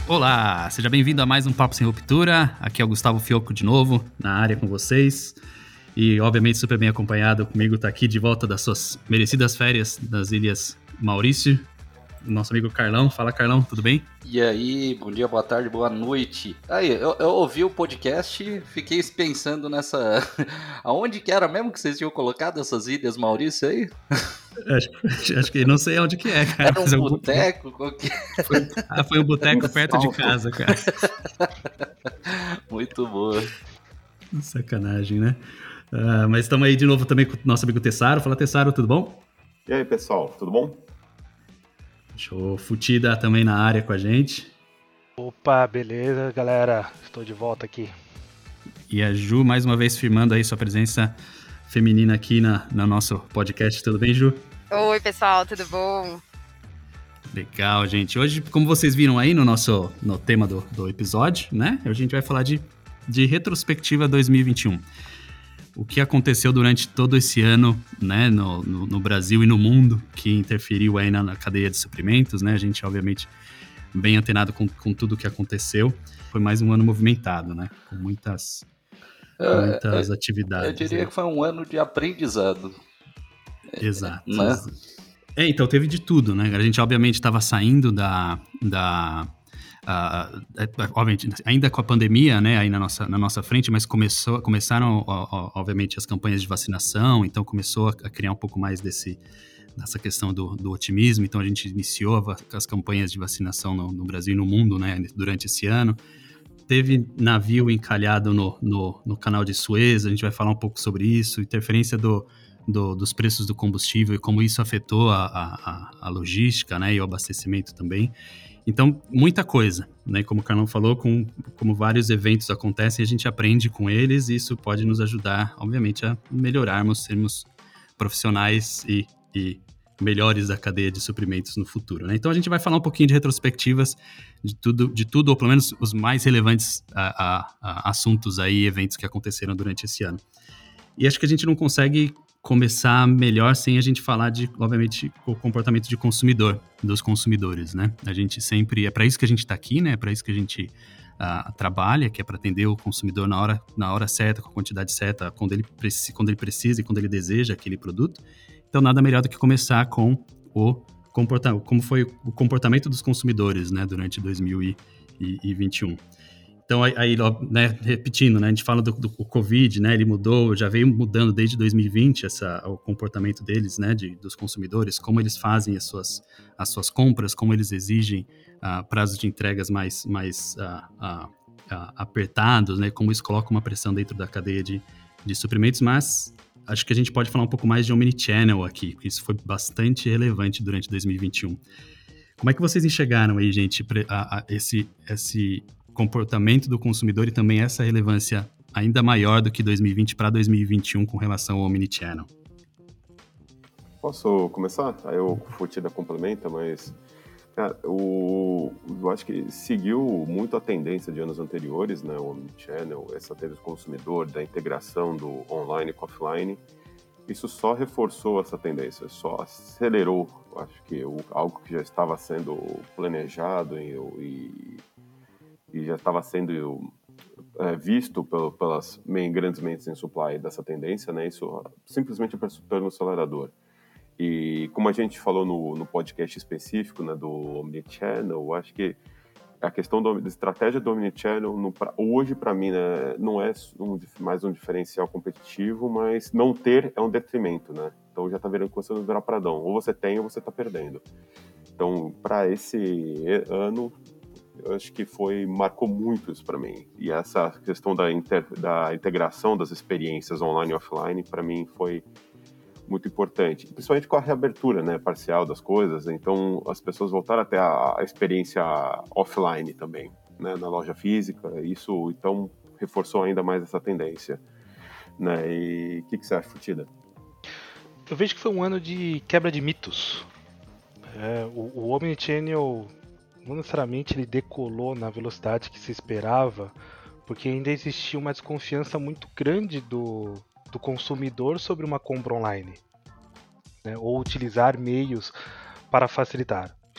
Olá, seja bem-vindo a mais um Papo Sem Ruptura. Aqui é o Gustavo Fioco de novo, na área com vocês. E, obviamente, super bem acompanhado comigo, tá aqui de volta das suas merecidas férias das Ilhas Maurício, nosso amigo Carlão. Fala, Carlão, tudo bem? E aí, bom dia, boa tarde, boa noite. Aí, eu ouvi o podcast e fiquei pensando nessa... Aonde que era mesmo que vocês tinham colocado essas Ilhas Maurício aí? Acho que não sei onde que é, cara. Era um boteco? Foi um boteco perto de casa, cara. Muito boa. Sacanagem, né? Mas estamos aí de novo também com o nosso amigo Tessaro. Fala, Tessaro, tudo bom? E aí, pessoal, tudo bom? Show. Futida também na área com a gente. Opa, beleza, galera? Estou de volta aqui. E a Ju, mais uma vez, firmando aí sua presença feminina aqui no nosso podcast. Tudo bem, Ju? Oi, pessoal, tudo bom? Legal, gente. Hoje, como vocês viram aí no tema do episódio, né? A gente vai falar de retrospectiva 2021. O que aconteceu durante todo esse ano, né, no Brasil e no mundo, que interferiu aí na cadeia de suprimentos, né? A gente, obviamente, bem antenado com tudo o que aconteceu. Foi mais um ano movimentado, né? Com muitas atividades. Eu diria que foi um ano de aprendizado. Exato. Né? Então, teve de tudo, né? A gente, obviamente, estava saindo obviamente, ainda com a pandemia, né, aí na nossa frente, mas começaram, obviamente, as campanhas de vacinação, então começou a criar um pouco mais dessa questão do otimismo, então a gente iniciou as campanhas de vacinação no Brasil e no mundo, né, durante esse ano. Teve navio encalhado no canal de Suez, a gente vai falar um pouco sobre isso, interferência dos preços do combustível e como isso afetou a logística, né, e o abastecimento também. Então, muita coisa, né? Como o Carlão falou, como vários eventos acontecem, a gente aprende com eles e isso pode nos ajudar, obviamente, a melhorarmos, sermos profissionais e melhores da cadeia de suprimentos no futuro, né? Então, a gente vai falar um pouquinho de retrospectivas de tudo, ou pelo menos os mais relevantes assuntos aí, eventos que aconteceram durante esse ano. E acho que a gente não consegue começar melhor sem a gente falar de, obviamente, o comportamento de consumidor, dos consumidores, né? A gente sempre, é para isso que a gente está aqui, né? É para isso que a gente trabalha, que é para atender o consumidor na hora certa, com a quantidade certa, quando ele precisa e quando ele deseja aquele produto. Então, nada melhor do que começar com como foi o comportamento dos consumidores, né? Durante 2021. Então, aí, né, repetindo, né, a gente fala do Covid, né, ele mudou, já veio mudando desde 2020 o comportamento deles, né, dos consumidores, como eles fazem as suas compras, como eles exigem prazos de entregas mais apertados, né, como isso coloca uma pressão dentro da cadeia de suprimentos, mas acho que a gente pode falar um pouco mais de omnichannel aqui, porque isso foi bastante relevante durante 2021. Como é que vocês enxergaram aí, gente, esse comportamento do consumidor e também essa relevância ainda maior do que 2020 para 2021 com relação ao omnichannel? Posso começar? Aí o Futida complementa, mas cara, eu acho que seguiu muito a tendência de anos anteriores, né? O omnichannel, essa tendência do consumidor, da integração do online com offline. Isso só reforçou essa tendência, só acelerou, acho que algo que já estava sendo planejado e já estava sendo visto pelas grandes mentes em supply dessa tendência, né? Isso simplesmente apertou no acelerador. E como a gente falou no podcast específico, né, do Omnichannel, acho que a questão da estratégia do Omnichannel, hoje, para mim, né, não é mais um diferencial competitivo, mas não ter é um detrimento, né? Então já está começando a virar padrão. Ou você tem ou você está perdendo. Então, para esse ano, eu acho que marcou muito isso para mim. E essa questão da integração das experiências online e offline, para mim, foi muito importante. Principalmente com a reabertura, né, parcial das coisas. Então, as pessoas voltaram a ter a experiência offline também, né, na loja física. Isso, então, reforçou ainda mais essa tendência. Né? E o que você acha, Futida? Eu vejo que foi um ano de quebra de mitos. O Omnichannel não necessariamente ele decolou na velocidade que se esperava, porque ainda existia uma desconfiança muito grande do consumidor sobre uma compra online, né? Ou utilizar meios para facilitar.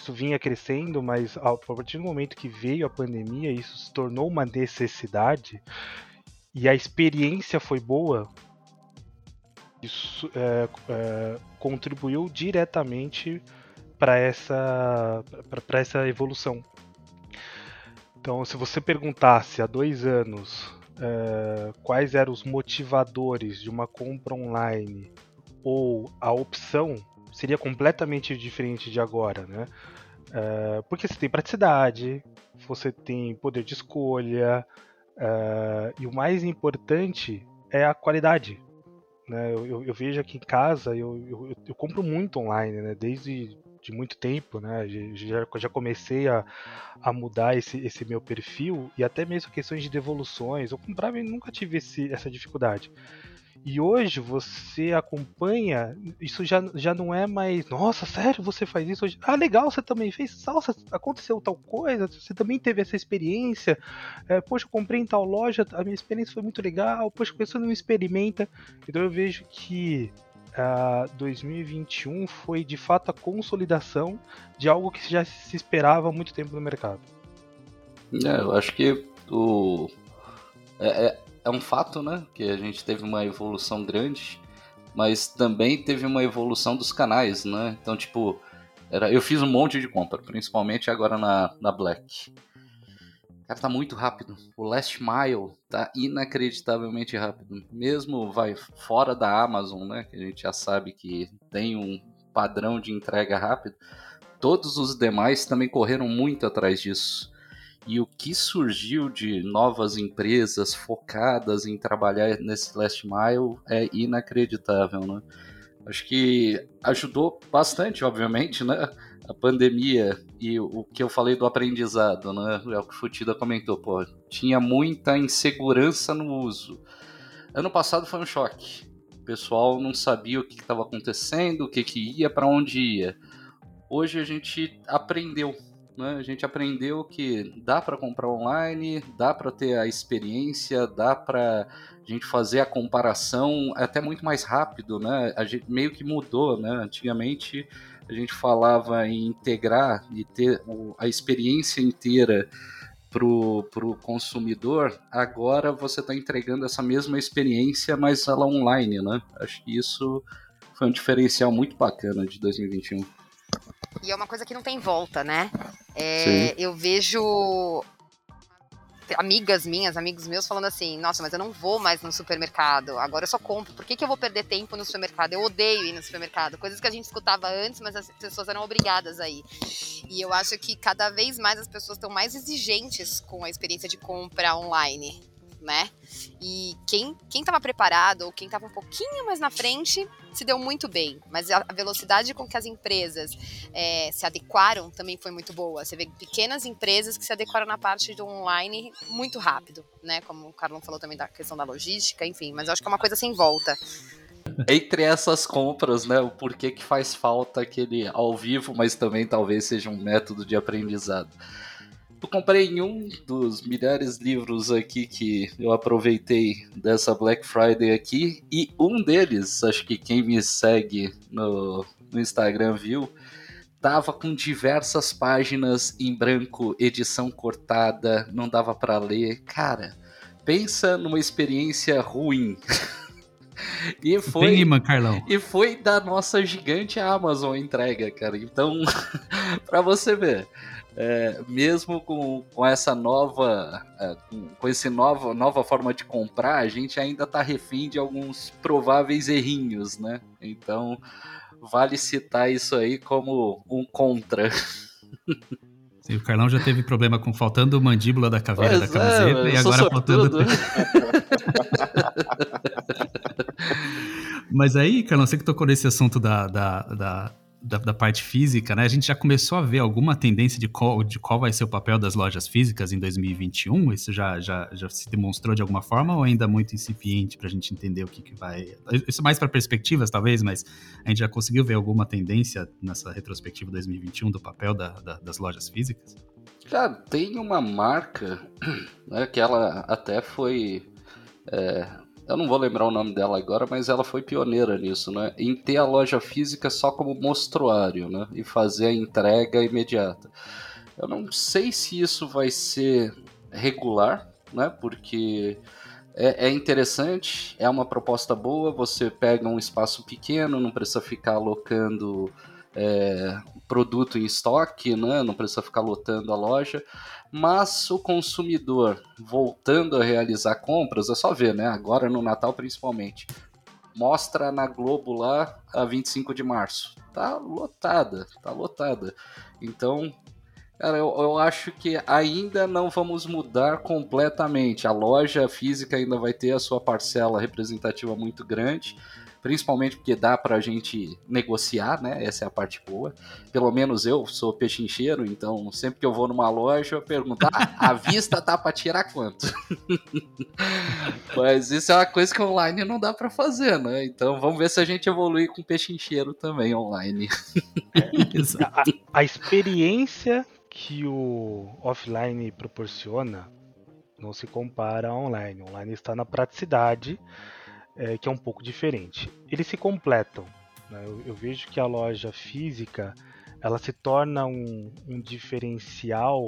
isso vinha crescendo, mas a partir do momento que veio a pandemia, isso se tornou uma necessidade e a experiência foi boa, isso contribuiu diretamente para essa evolução. Então, se você perguntasse há 2 anos quais eram os motivadores de uma compra online ou a opção, seria completamente diferente de agora, né? Porque você tem praticidade, você tem poder de escolha, e o mais importante é a qualidade. Né? Eu vejo aqui em casa, eu compro muito online, né? Desde de muito tempo, né? Já comecei a mudar esse meu perfil, e até mesmo questões de devoluções. Eu comprava e nunca tive essa dificuldade. E hoje você acompanha, isso já não é mais, nossa, sério, você faz isso hoje? Ah, legal, você também fez, nossa, aconteceu tal coisa, você também teve essa experiência, poxa, eu comprei em tal loja, a minha experiência foi muito legal, poxa, a pessoa não experimenta. Então eu vejo que 2021 foi de fato a consolidação de algo que já se esperava há muito tempo no mercado. Eu acho que é um fato, né, que a gente teve uma evolução grande, mas também teve uma evolução dos canais, né? Então, tipo, eu fiz um monte de compra, principalmente agora na Black. Cara, tá muito rápido. O last mile tá inacreditavelmente rápido. Mesmo fora da Amazon, né, que a gente já sabe que tem um padrão de entrega rápido, todos os demais também correram muito atrás disso. E o que surgiu de novas empresas focadas em trabalhar nesse last mile é inacreditável, né? Acho que ajudou bastante, obviamente, né? A pandemia e o que eu falei do aprendizado, né? É o que o Futida comentou, pô, tinha muita insegurança no uso. Ano passado foi um choque. O pessoal não sabia o que estava acontecendo, o que ia, para onde ia. Hoje a gente aprendeu. A gente aprendeu que dá para comprar online, dá para ter a experiência, dá para a gente fazer a comparação até muito mais rápido, né? A gente meio que mudou, né? Antigamente a gente falava em integrar e ter a experiência inteira pro consumidor. Agora você está entregando essa mesma experiência, mas ela online, né? Acho que isso foi um diferencial muito bacana de 2021. E é uma coisa que não tem volta, né? Eu vejo amigas minhas, amigos meus falando assim, nossa, mas eu não vou mais no supermercado, agora eu só compro, por que eu vou perder tempo no supermercado? Eu odeio ir no supermercado, coisas que a gente escutava antes, mas as pessoas eram obrigadas a ir. E eu acho que cada vez mais as pessoas estão mais exigentes com a experiência de compra online, né? E quem estava preparado ou quem estava um pouquinho mais na frente se deu muito bem, mas a velocidade com que as empresas se adequaram também foi muito boa. Você vê pequenas empresas que se adequaram na parte do online muito rápido, né? Como o Carlão falou também da questão da logística, enfim, mas eu acho que é uma coisa sem volta. Entre essas compras, né, o porquê que faz falta aquele ao vivo, mas também talvez seja um método de aprendizado. Eu comprei um dos milhares de livros aqui que eu aproveitei dessa Black Friday aqui, e um deles, acho que quem me segue no Instagram viu, tava com diversas páginas em branco, edição cortada, não dava para ler. Cara, pensa numa experiência ruim. E foi da nossa gigante Amazon entrega, cara. Então, para você ver, mesmo com essa nova forma de comprar, a gente ainda tá refém de alguns prováveis errinhos, né? Então, vale citar isso aí como um contra. Sim, o Carlão já teve problema com faltando mandíbula da caveira da camiseta e agora faltando... Mas aí, Carlão, você que tocou nesse assunto da parte física, né? A gente já começou a ver alguma tendência de qual vai ser o papel das lojas físicas em 2021? Isso já se demonstrou de alguma forma ou ainda muito incipiente para a gente entender o que vai... Isso mais para perspectivas, talvez, mas a gente já conseguiu ver alguma tendência nessa retrospectiva 2021 do papel das lojas físicas? Já tem uma marca, né, que ela até foi eu não vou lembrar o nome dela agora, mas ela foi pioneira nisso, né? Em ter a loja física só como mostruário, né? E fazer a entrega imediata. Eu não sei se isso vai ser regular, né? Porque é interessante, é uma proposta boa, você pega um espaço pequeno, não precisa ficar alocando produto em estoque, né? Não precisa ficar lotando a loja, mas o consumidor voltando a realizar compras, é só ver, né? Agora no Natal principalmente, mostra na Globo lá a 25 de março, tá lotada. Então, cara, eu acho que ainda não vamos mudar completamente. A loja física ainda vai ter a sua parcela representativa muito grande, principalmente porque dá pra gente negociar, né? Essa é a parte boa. Pelo menos eu sou pechincheiro, então sempre que eu vou numa loja eu pergunto, a vista tá pra tirar quanto? Mas isso é uma coisa que online não dá pra fazer, né? Então vamos ver se a gente evolui com pechincheiro também online. A experiência que o offline proporciona não se compara ao online. O online está na praticidade, que é um pouco diferente. Eles se completam, né? Eu vejo que a loja física ela se torna um diferencial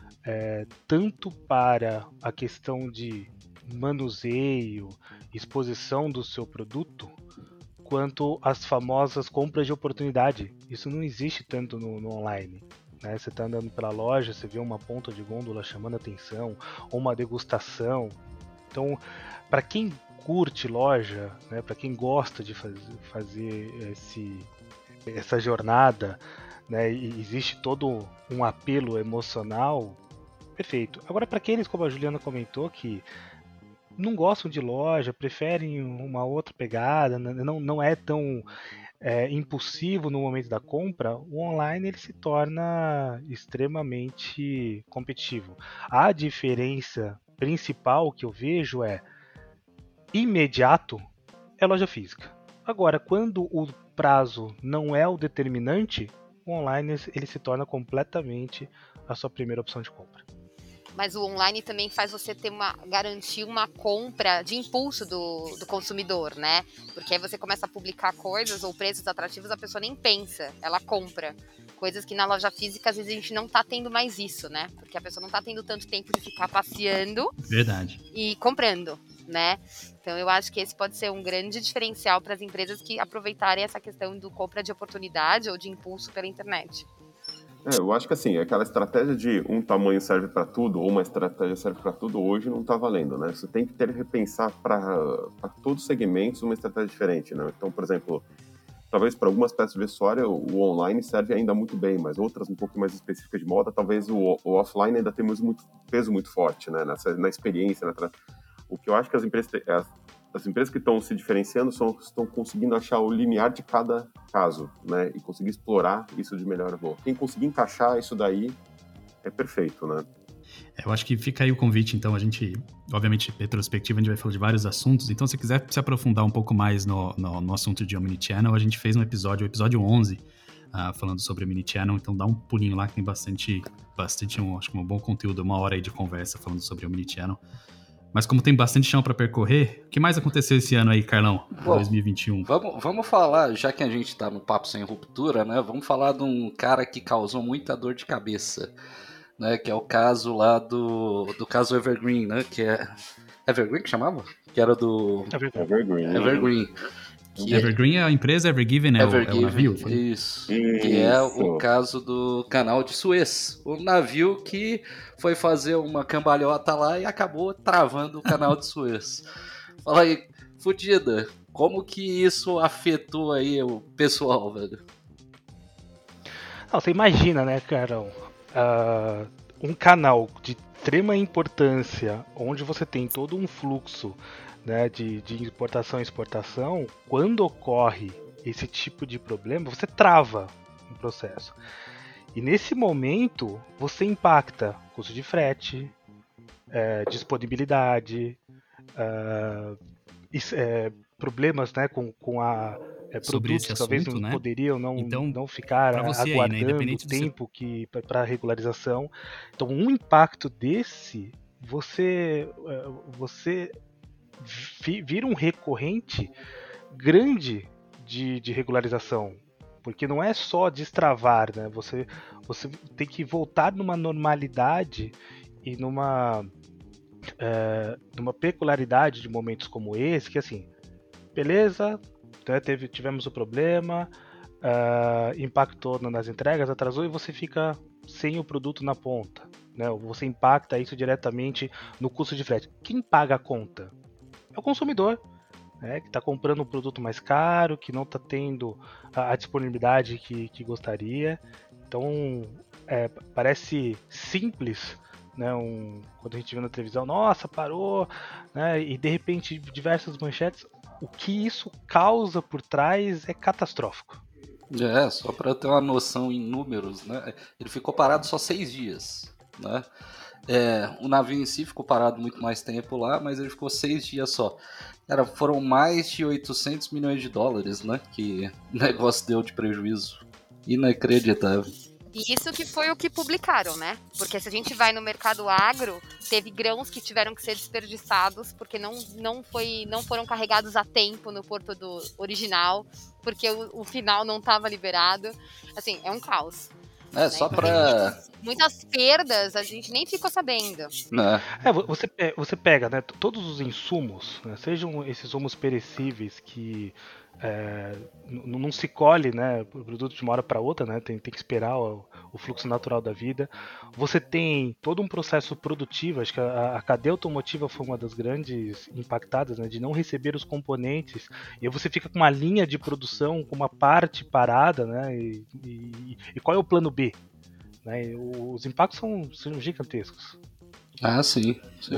tanto para a questão de manuseio, exposição do seu produto, quanto as famosas compras de oportunidade. Isso não existe tanto no online. Né? Você está andando pela loja, você vê uma ponta de gôndola chamando atenção, ou uma degustação. Então, para quem curte loja, né, para quem gosta de fazer essa jornada, né, e existe todo um apelo emocional, perfeito. Agora, para aqueles, como a Juliana comentou, que não gostam de loja, preferem uma outra pegada, não é tão impulsivo no momento da compra, o online ele se torna extremamente competitivo. A diferença principal que eu vejo é imediato é loja física. Agora, quando o prazo não é o determinante, o online ele se torna completamente a sua primeira opção de compra. Mas o online também faz você garantir uma compra de impulso do consumidor, né? Porque aí você começa a publicar coisas ou preços atrativos, a pessoa nem pensa, ela compra. Coisas que na loja física, às vezes, a gente não tá tendo mais isso, né? Porque a pessoa não tá tendo tanto tempo de ficar passeando. Verdade. E comprando, né? Então eu acho que esse pode ser um grande diferencial para as empresas que aproveitarem essa questão do compra de oportunidade ou de impulso pela internet. Eu acho que assim, aquela estratégia de um tamanho serve para tudo, ou uma estratégia serve para tudo, hoje não está valendo, né? Você tem que repensar para todos os segmentos uma estratégia diferente, né? Então, por exemplo, talvez para algumas peças de vestuário o online serve ainda muito bem, mas outras um pouco mais específicas de moda, talvez o offline ainda temos muito peso muito forte, né? Na experiência, o que eu acho que as empresas que estão se diferenciando estão conseguindo achar o limiar de cada caso, né? E conseguir explorar isso de melhor modo. Quem conseguir encaixar isso daí é perfeito, né? Eu acho que fica aí o convite, então, a gente, obviamente, retrospectiva, a gente vai falar de vários assuntos, então se você quiser se aprofundar um pouco mais no assunto de Omnichannel, a gente fez um episódio, o episódio 11, falando sobre Omnichannel, então dá um pulinho lá que tem bastante acho que um bom conteúdo, 1 hora aí de conversa falando sobre Omnichannel. Mas como tem bastante chão para percorrer, o que mais aconteceu esse ano aí, Carlão, 2021? Vamos falar, já que a gente tá no Papo Sem Ruptura, né? Vamos falar de um cara que causou muita dor de cabeça, né? Que é o caso lá do caso Evergreen, né? Que é Evergreen que chamava? Que era do Evergreen. Evergreen é a empresa, Evergiven é o navio? Isso. Que é o caso do canal de Suez. O navio que foi fazer uma cambalhota lá e acabou travando o canal de Suez. Fala aí, Fudida, como que isso afetou aí o pessoal, velho? Não, você imagina, né, Carol? Um canal de extrema importância, onde você tem todo um fluxo, né, de importação e exportação, quando ocorre esse tipo de problema, você trava o processo. E nesse momento, você impacta custo de frete, disponibilidade, problemas, né, com a produtos que talvez assunto, não né? poderiam então, não ficar aguardando aí, né, o tempo para regularização. Então, um impacto desse, você vira um recorrente grande de regularização. Porque não é só destravar, né? Você tem que voltar numa normalidade e numa peculiaridade de momentos como esse, que assim, beleza, né, tivemos o problema, impactou nas entregas, atrasou e você fica sem o produto na ponta, né? Você impacta isso diretamente no custo de frete. Quem paga a conta? É o consumidor, né, que está comprando um produto mais caro, que não está tendo a disponibilidade que gostaria. Então, parece simples, né, quando a gente vê na televisão, nossa, parou, né, e de repente diversas manchetes. O que isso causa por trás é catastrófico. Só para ter uma noção em números, né? Ele ficou parado só 6 dias, né? O navio em si ficou parado muito mais tempo lá, mas ele ficou 6 dias só. Cara, foram mais de 800 milhões de dólares, né? Que o negócio deu de prejuízo. Inacreditável. E isso que foi o que publicaram, né? Porque se a gente vai no mercado agro, teve grãos que tiveram que ser desperdiçados porque não foram carregados a tempo no porto do original, porque o final não estava liberado. Assim, é um caos. Só pra... Muitas perdas a gente nem ficou sabendo. Você pega, né, todos os insumos, né, sejam esses insumos perecíveis que não se colhe, né, o produto de uma hora para outra, né, tem que esperar o fluxo natural da vida. Você tem todo um processo produtivo, acho que a cadeia automotiva foi uma das grandes impactadas, né, de não receber os componentes, e aí você fica com uma linha de produção, com uma parte parada, né, e qual é o plano B? Né, os impactos são gigantescos. Sim.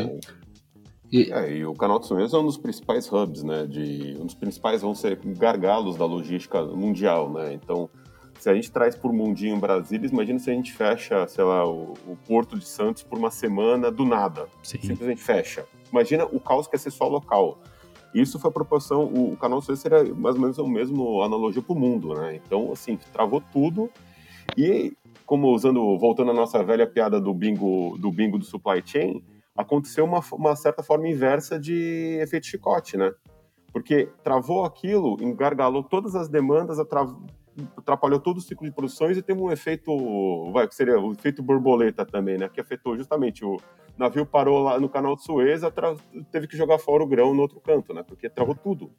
E o Canal de Suez é um dos principais hubs, né? Um dos principais vão ser gargalos da logística mundial, né? Então, se a gente traz por mundinho Brasília, imagina se a gente fecha, sei lá, o Porto de Santos por uma semana do nada. Sim. Simplesmente fecha. Imagina o caos que é ser só local. Isso foi a proporção. O Canal de Suez seria mais ou menos a mesma analogia para o mundo, né? Então, assim, travou tudo. E, voltando à nossa velha piada do bingo do supply chain, aconteceu uma certa forma inversa de efeito chicote, né? Porque travou aquilo, engargalou todas as demandas, atrapalhou todo o ciclo de produções e teve um efeito, que seria o efeito borboleta também, né? Que afetou justamente o navio parou lá no Canal de Suez, teve que jogar fora o grão no outro canto, né? Porque travou tudo.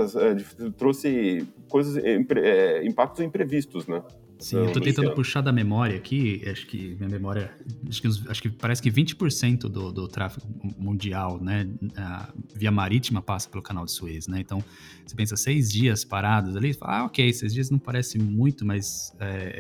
Trouxe impactos imprevistos, né? Sim, eu tô tentando puxar da memória aqui, acho que minha memória, acho que parece que 20% do tráfego mundial, né, via marítima passa pelo Canal de Suez, né, então você pensa 6 dias parados ali, fala, ok, 6 dias não parece muito, mas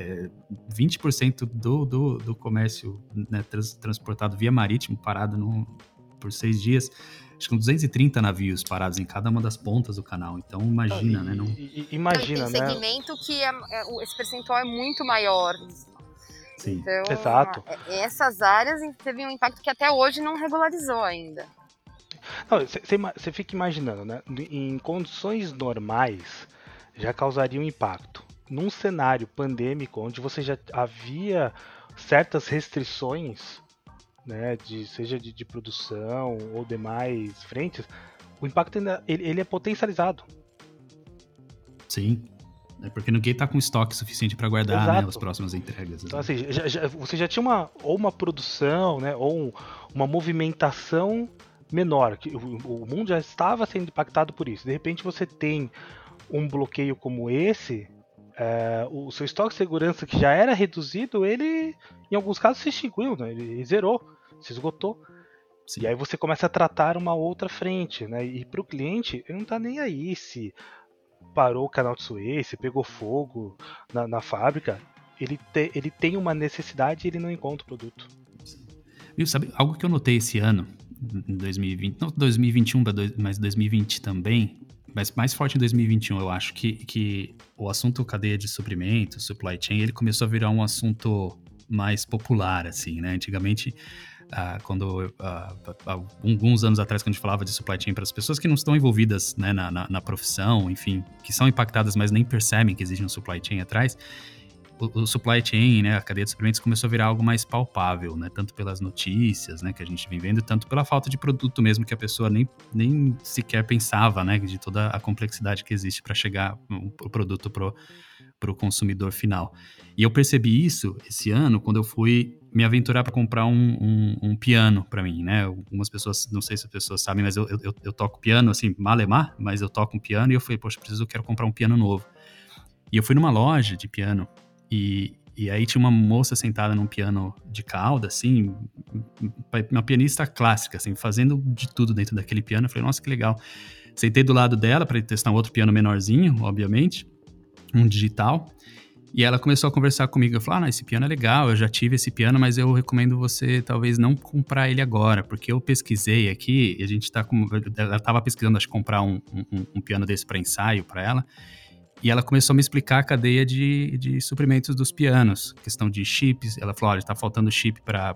20% do comércio, né, transportado via marítimo parado por 6 dias, acho que são 230 navios parados em cada uma das pontas do canal. Então, imagina, né? Imagina, né? Tem segmento que esse percentual é muito maior. Sim. Então, exato. Essas áreas teve um impacto que até hoje não regularizou ainda. Você fica imaginando, né? Em condições normais, já causaria um impacto. Num cenário pandêmico, onde você já havia certas restrições, né, seja de produção ou demais frentes, o impacto ainda ele é potencializado. Sim, porque ninguém está com estoque suficiente para guardar, né, as próximas entregas. Então, assim, você já tinha uma produção, né, ou uma movimentação menor, que o mundo já estava sendo impactado por isso. De repente você tem um bloqueio como esse, o seu estoque de segurança que já era reduzido, ele em alguns casos se extinguiu, né? Ele zerou, se esgotou. Sim. E aí você começa a tratar uma outra frente, né? E para o cliente, ele não está nem aí se parou o Canal de Suez, se pegou fogo na fábrica. Ele tem uma necessidade e ele não encontra o produto. E sabe, algo que eu notei esse ano, em 2020, não 2021, mas 2020 também, mas mais forte em 2021, eu acho que o assunto cadeia de suprimentos, supply chain, ele começou a virar um assunto mais popular, assim, né? Antigamente, alguns anos atrás, quando a gente falava de supply chain para as pessoas que não estão envolvidas, né, na profissão, enfim, que são impactadas, mas nem percebem que existe um supply chain atrás, o supply chain, né, a cadeia de suprimentos começou a virar algo mais palpável, né, tanto pelas notícias, né, que a gente vem vendo, tanto pela falta de produto mesmo, que a pessoa nem sequer pensava, né, de toda a complexidade que existe para chegar o produto pro consumidor final. E eu percebi isso esse ano quando eu fui me aventurar para comprar um piano para mim, né? Algumas pessoas, não sei se as pessoas sabem, mas eu toco piano, assim, malemar, mas eu toco um piano e eu falei, poxa, quero comprar um piano novo. E eu fui numa loja de piano e aí tinha uma moça sentada num piano de cauda, assim, uma pianista clássica, assim, fazendo de tudo dentro daquele piano. Eu falei, nossa, que legal. Sentei do lado dela para testar um outro piano menorzinho, obviamente, um digital, e ela começou a conversar comigo. Eu falei, esse piano é legal, eu já tive esse piano, mas eu recomendo você talvez não comprar ele agora, porque eu pesquisei aqui, e a gente ela estava pesquisando, acho que comprar um piano desse para ensaio para ela, e ela começou a me explicar a cadeia de suprimentos dos pianos, questão de chips. Ela falou, olha, tá faltando chip para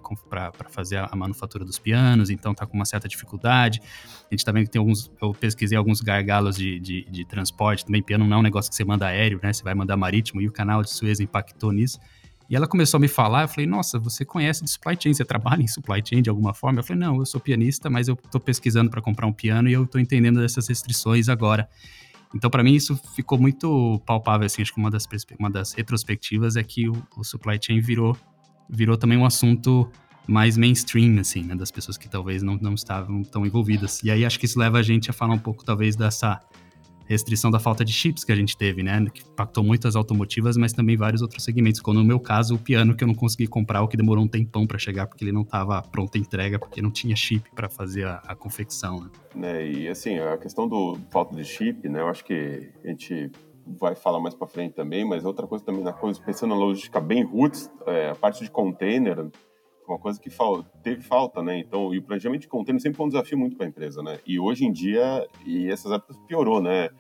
fazer a manufatura dos pianos, então tá com uma certa dificuldade. A gente tá vendo que tem eu pesquisei alguns gargalos de transporte, também piano não é um negócio que você manda aéreo, né, você vai mandar marítimo, e o canal de Suez impactou nisso. E ela começou a me falar, eu falei, nossa, você conhece de supply chain, você trabalha em supply chain de alguma forma? Eu falei, não, eu sou pianista, mas eu tô pesquisando para comprar um piano e eu tô entendendo dessas restrições agora. Então, para mim, isso ficou muito palpável, assim, acho que uma das retrospectivas é que o supply chain virou também um assunto mais mainstream, assim, né, das pessoas que talvez não estavam tão envolvidas. E aí, acho que isso leva a gente a falar um pouco, talvez, dessa restrição da falta de chips que a gente teve, né, que impactou muito as automotivas, mas também vários outros segmentos, como no meu caso, o piano que eu não consegui comprar, o que demorou um tempão para chegar, porque ele não estava pronta a entrega, porque não tinha chip para fazer a confecção, né. E assim, a questão do falta de chip, né, eu acho que a gente vai falar mais para frente também, mas outra coisa também, pensando na logística bem roots, a parte de container, uma coisa que teve falta, né? Então, e o planejamento de container sempre foi um desafio muito para a empresa, né? E hoje em dia, e essas épocas piorou, né?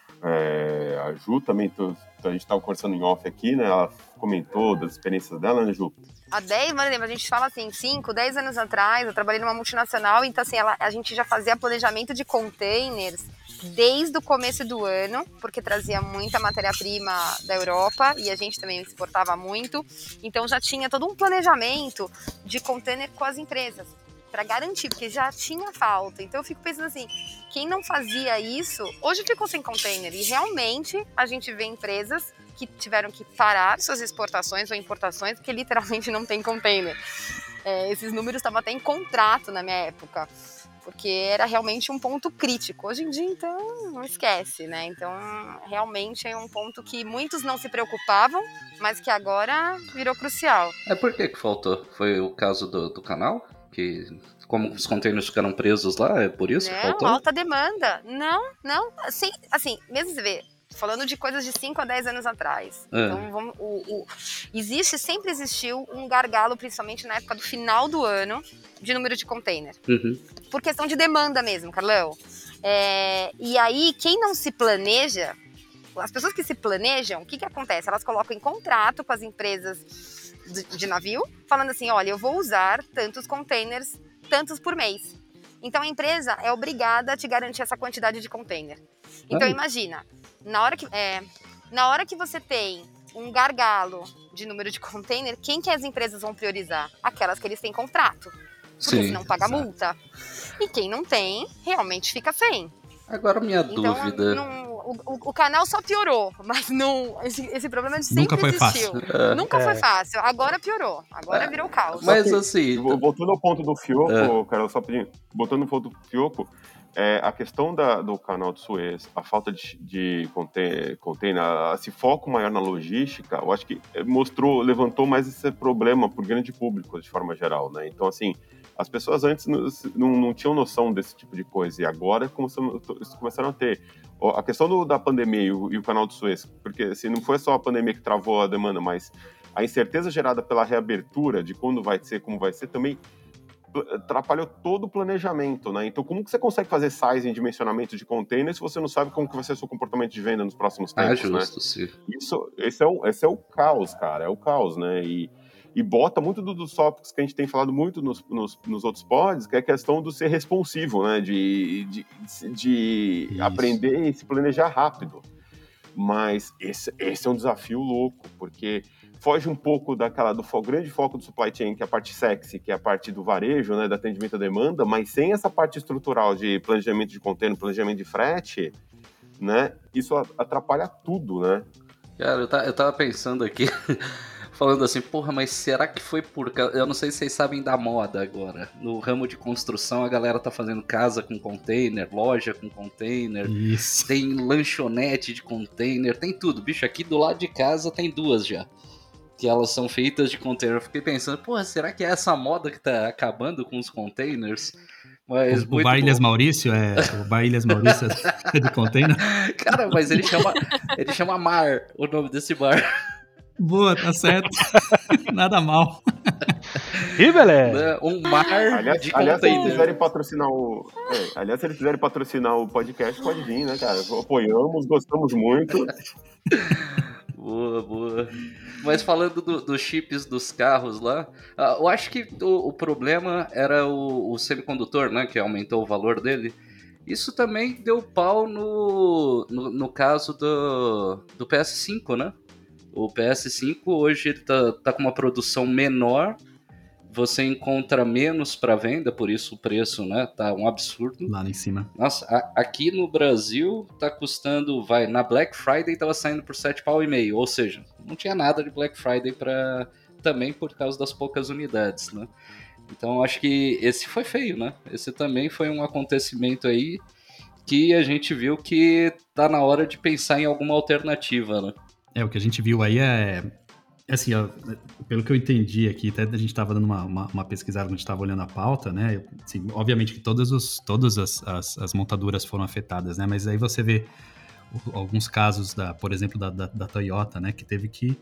A Ju também, a gente estava conversando em off aqui, né? Ela comentou das experiências dela, né, Ju? Há 10, a gente fala assim, 5, 10 anos atrás, eu trabalhei numa multinacional, então assim, a gente já fazia planejamento de containers desde o começo do ano, porque trazia muita matéria-prima da Europa e a gente também exportava muito, então já tinha todo um planejamento de container com as empresas, para garantir, porque já tinha falta. Então eu fico pensando assim, quem não fazia isso, hoje ficou sem container, e realmente a gente vê empresas que tiveram que parar suas exportações ou importações, porque literalmente não tem container. Esses números estavam até em contrato na minha época, porque era realmente um ponto crítico. Hoje em dia, então, não esquece, né? Então, realmente é um ponto que muitos não se preocupavam, mas que agora virou crucial. Por que faltou? Foi o caso do canal? Que como os containers ficaram presos lá, é por isso que faltou? Alta demanda. Não, assim, mesmo você vê, falando de coisas de 5 a 10 anos atrás. Então, sempre existiu um gargalo, principalmente na época do final do ano, de número de container. Uhum. Por questão de demanda mesmo, Carlão. E aí, quem não se planeja, as pessoas que se planejam, o que acontece? Elas colocam em contrato com as empresas de navio, falando assim, olha, eu vou usar tantos containers, tantos por mês. Então, a empresa é obrigada a te garantir essa quantidade de container. Então, imagina, na hora que você tem um gargalo de número de container, quem que as empresas vão priorizar? Aquelas que eles têm contrato. Porque senão paga multa. E quem não tem, realmente fica sem. Agora minha dúvida... O canal só piorou, mas esse problema sempre existiu. Nunca foi fácil. Agora piorou. Agora virou caos. Mas assim... Voltando ao ponto do Fioco, Carol, só pedindo. Voltando ao ponto do Fioco, a questão do canal de Suez, a falta de container, esse foco maior na logística, eu acho que levantou mais esse problema para o grande público, de forma geral, né? Então, assim, as pessoas antes não tinham noção desse tipo de coisa, e agora começaram a ter. A questão da pandemia e o canal de Suez, porque assim, não foi só a pandemia que travou a demanda, mas a incerteza gerada pela reabertura de quando vai ser, como vai ser, também atrapalhou todo o planejamento, né? Então, como que você consegue fazer sizing, dimensionamento de container se você não sabe como que vai ser o seu comportamento de venda nos próximos tempos, justo, né? Sim. Esse é o caos, cara, é o caos, né? E bota muito dos tópicos que a gente tem falado muito nos outros pods, que é a questão do ser responsivo, né? De aprender e se planejar rápido. Mas esse é um desafio louco, porque foge um pouco do grande foco do supply chain, que é a parte sexy, que é a parte do varejo, né, do atendimento à demanda, mas sem essa parte estrutural de planejamento de container, planejamento de frete, né, isso atrapalha tudo, né? Cara, eu tava pensando aqui, falando assim, porra, mas será que foi por causa... Eu não sei se vocês sabem da moda agora. No ramo de construção, a galera tá fazendo casa com container, loja com container, Isso. tem lanchonete de container, tem tudo. Bicho, aqui do lado de casa tem 2 já, que elas são feitas de container. Eu fiquei pensando, porra, será que é essa moda que tá acabando com os containers? Mas O Bar Ilhas Maurício o Bar Ilhas Maurício é de container? Cara, mas ele chama Mar, o nome desse bar. Boa, tá certo. Nada mal. Ih, beleza. Né? Um mar de Aliás, se eles container. quiserem patrocinar se eles quiserem patrocinar o podcast, pode vir, né, cara? Apoiamos, gostamos muito. Boa. Mas falando dos chips dos carros lá, eu acho que o problema era o semicondutor, né? Que aumentou o valor dele. Isso também deu pau no caso do PS5, né? O PS5 hoje ele tá com uma produção menor, você encontra menos para venda, por isso o preço, né, tá um absurdo. Lá em cima. Nossa, aqui no Brasil tá custando, na Black Friday tava saindo por R$7,5, ou seja, não tinha nada de Black Friday também por causa das poucas unidades, né? Então acho que esse foi feio, né? Esse também foi um acontecimento aí que a gente viu que tá na hora de pensar em alguma alternativa, né? O que a gente viu aí assim, ó, pelo que eu entendi aqui, até a gente estava dando uma pesquisada quando a gente estava olhando a pauta, né? Assim, obviamente que todas as montadoras foram afetadas, né? Mas aí você vê alguns casos, por exemplo, da Toyota, né? Que teve que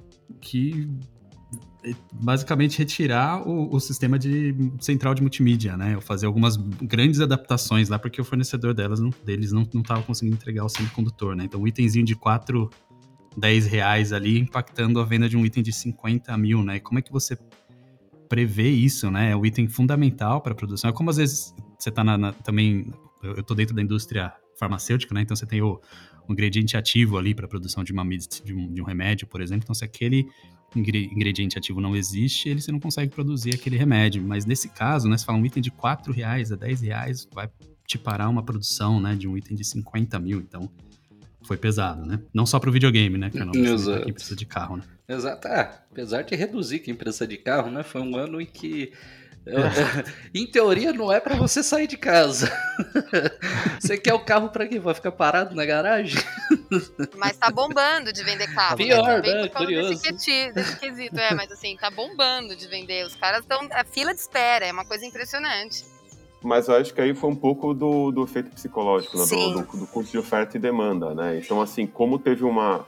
basicamente retirar o sistema de central de multimídia, né? Ou fazer algumas grandes adaptações lá, porque o fornecedor deles não estava conseguindo entregar o semicondutor, né? Então, um itemzinho de R$10 ali impactando a venda de um item de 50 mil, né? Como é que você prevê isso, né? É um item fundamental para a produção. É como às vezes você está também... Eu estou dentro da indústria farmacêutica, né? Então você tem o ingrediente ativo ali para a produção de um remédio, por exemplo. Então se aquele ingrediente ativo não existe, você não consegue produzir aquele remédio. Mas nesse caso, né? Você fala um item de R$4 a R$10 vai te parar uma produção, né? De um item de 50 mil. Então foi pesado, né? Não só pro videogame, né? Que não precisa, quem precisa de carro, né? Exato. Apesar de reduzir quem precisa de carro, né? Foi um ano em que, em teoria, não é pra você sair de casa. Você quer o carro pra quê? Vai ficar parado na garagem? Mas tá bombando de vender carro. Pior, né? Curioso. Desse quesito, mas assim, tá bombando de vender. Os caras estão... A fila de espera, é uma coisa impressionante. Mas eu acho que aí foi um pouco do efeito psicológico, né? do custo de oferta e demanda, né? Então, assim, como teve uma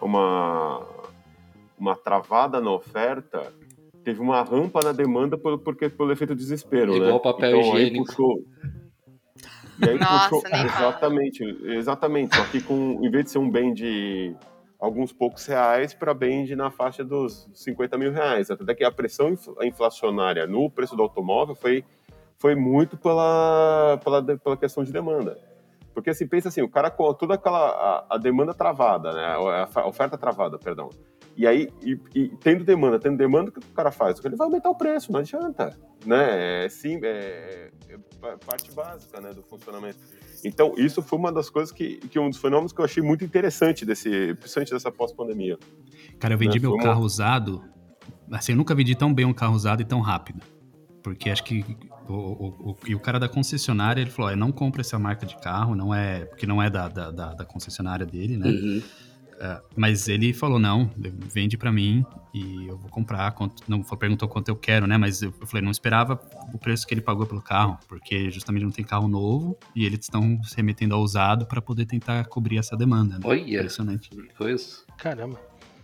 travada na oferta, teve uma rampa na demanda pelo efeito desespero, igual né? papel então, higiênico. Exatamente. Só que em vez de ser um bem de alguns poucos reais, para bem de na faixa dos 50 mil reais. Até que a pressão inflacionária no preço do automóvel foi muito pela questão de demanda. Porque assim, pensa assim, o cara com toda a demanda travada, né? A oferta travada, perdão. E aí, tendo demanda, o que o cara faz? Ele vai aumentar o preço, não adianta, né? É parte básica, né, do funcionamento. Então, isso foi uma das coisas um dos fenômenos que eu achei muito interessante principalmente dessa pós-pandemia. Cara, eu vendi meu carro usado, assim, eu nunca vendi tão bem um carro usado e tão rápido. Porque acho que o cara da concessionária, ele falou, não compra essa marca de carro, porque não é da concessionária dele, né? Uhum. Mas ele falou, não, vende pra mim e eu vou comprar. Perguntou quanto eu quero, né? Mas eu falei, não esperava o preço que ele pagou pelo carro, porque justamente não tem carro novo e eles estão se remetendo ao usado para poder tentar cobrir essa demanda. Né? Olha, impressionante. Coisa. Caramba.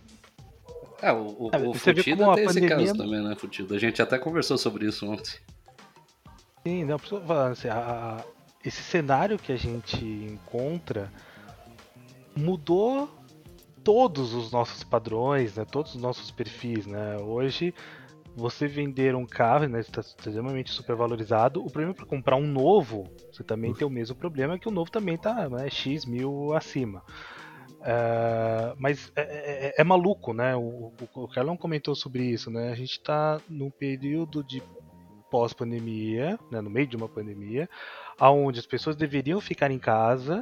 O Futido tem esse caso também, né, Futido? A gente até conversou sobre isso ontem. Sim, não, assim, esse cenário que a gente encontra mudou todos os nossos padrões, né, todos os nossos perfis, né? Hoje, você vender um carro, né, está extremamente supervalorizado. O problema é para comprar um novo, você também tem o mesmo problema, que o novo também está, né, X mil acima. Mas é maluco, né? O Carlão comentou sobre isso, né? A gente está num período de pós-pandemia, né? No meio de uma pandemia, onde as pessoas deveriam ficar em casa,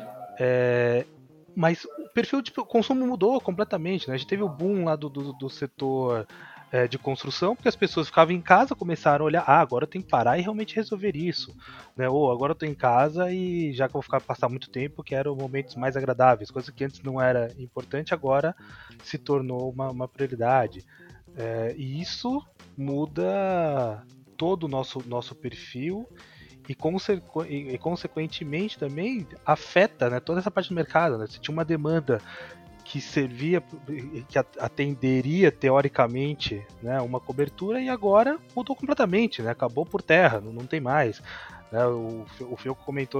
mas o perfil de consumo mudou completamente, né? A gente teve o boom lá do setor de construção, porque as pessoas ficavam em casa, começaram a olhar, agora eu tenho que parar e realmente resolver isso, né? Ou agora eu estou em casa e já que eu vou passar muito tempo, quero momentos mais agradáveis, coisa que antes não era importante, agora se tornou uma prioridade. E isso muda todo o nosso perfil e consequentemente também afeta, né, toda essa parte do mercado, né? Se tinha uma demanda que servia, que atenderia teoricamente, né, uma cobertura, e agora mudou completamente, né? Acabou por terra, não tem mais, né? O Fioco comentou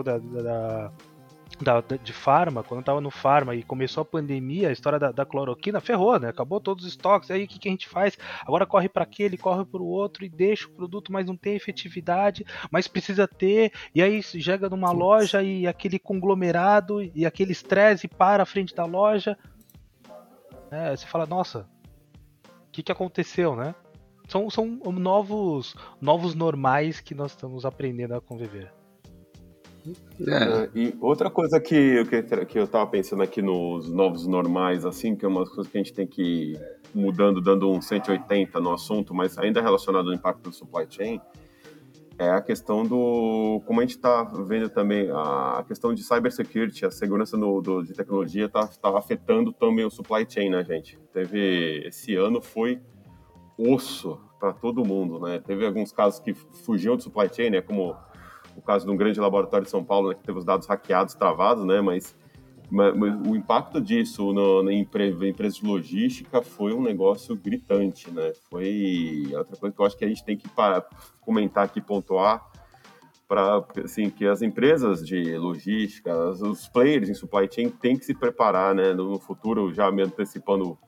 de Pharma, quando eu tava no Pharma e começou a pandemia, a história da cloroquina ferrou, né? Acabou todos os estoques, aí o que a gente faz? Agora corre para aquele, corre para o outro e deixa o produto, mas não tem efetividade, mas precisa ter, e aí chega numa loja e aquele conglomerado e aquele estresse para a frente da loja, você fala, nossa, o que aconteceu, né? São novos normais que nós estamos aprendendo a conviver. E outra coisa que eu tava pensando aqui nos novos normais, assim, que é uma coisa que a gente tem que ir mudando, dando um 180 no assunto, mas ainda relacionado ao impacto do supply chain, é a questão como a gente está vendo também, a questão de cybersecurity, a segurança de tecnologia tá afetando também o supply chain, né, gente? Esse ano foi osso para todo mundo, né? Teve alguns casos que fugiam do supply chain, né, como o caso de um grande laboratório de São Paulo, né, que teve os dados hackeados, travados, né? Mas o impacto disso na empresa de logística foi um negócio gritante, né? Foi outra coisa que eu acho que a gente tem que comentar aqui, pontuar, para assim, que as empresas de logística, os players em supply chain têm que se preparar, né? No futuro, já me antecipando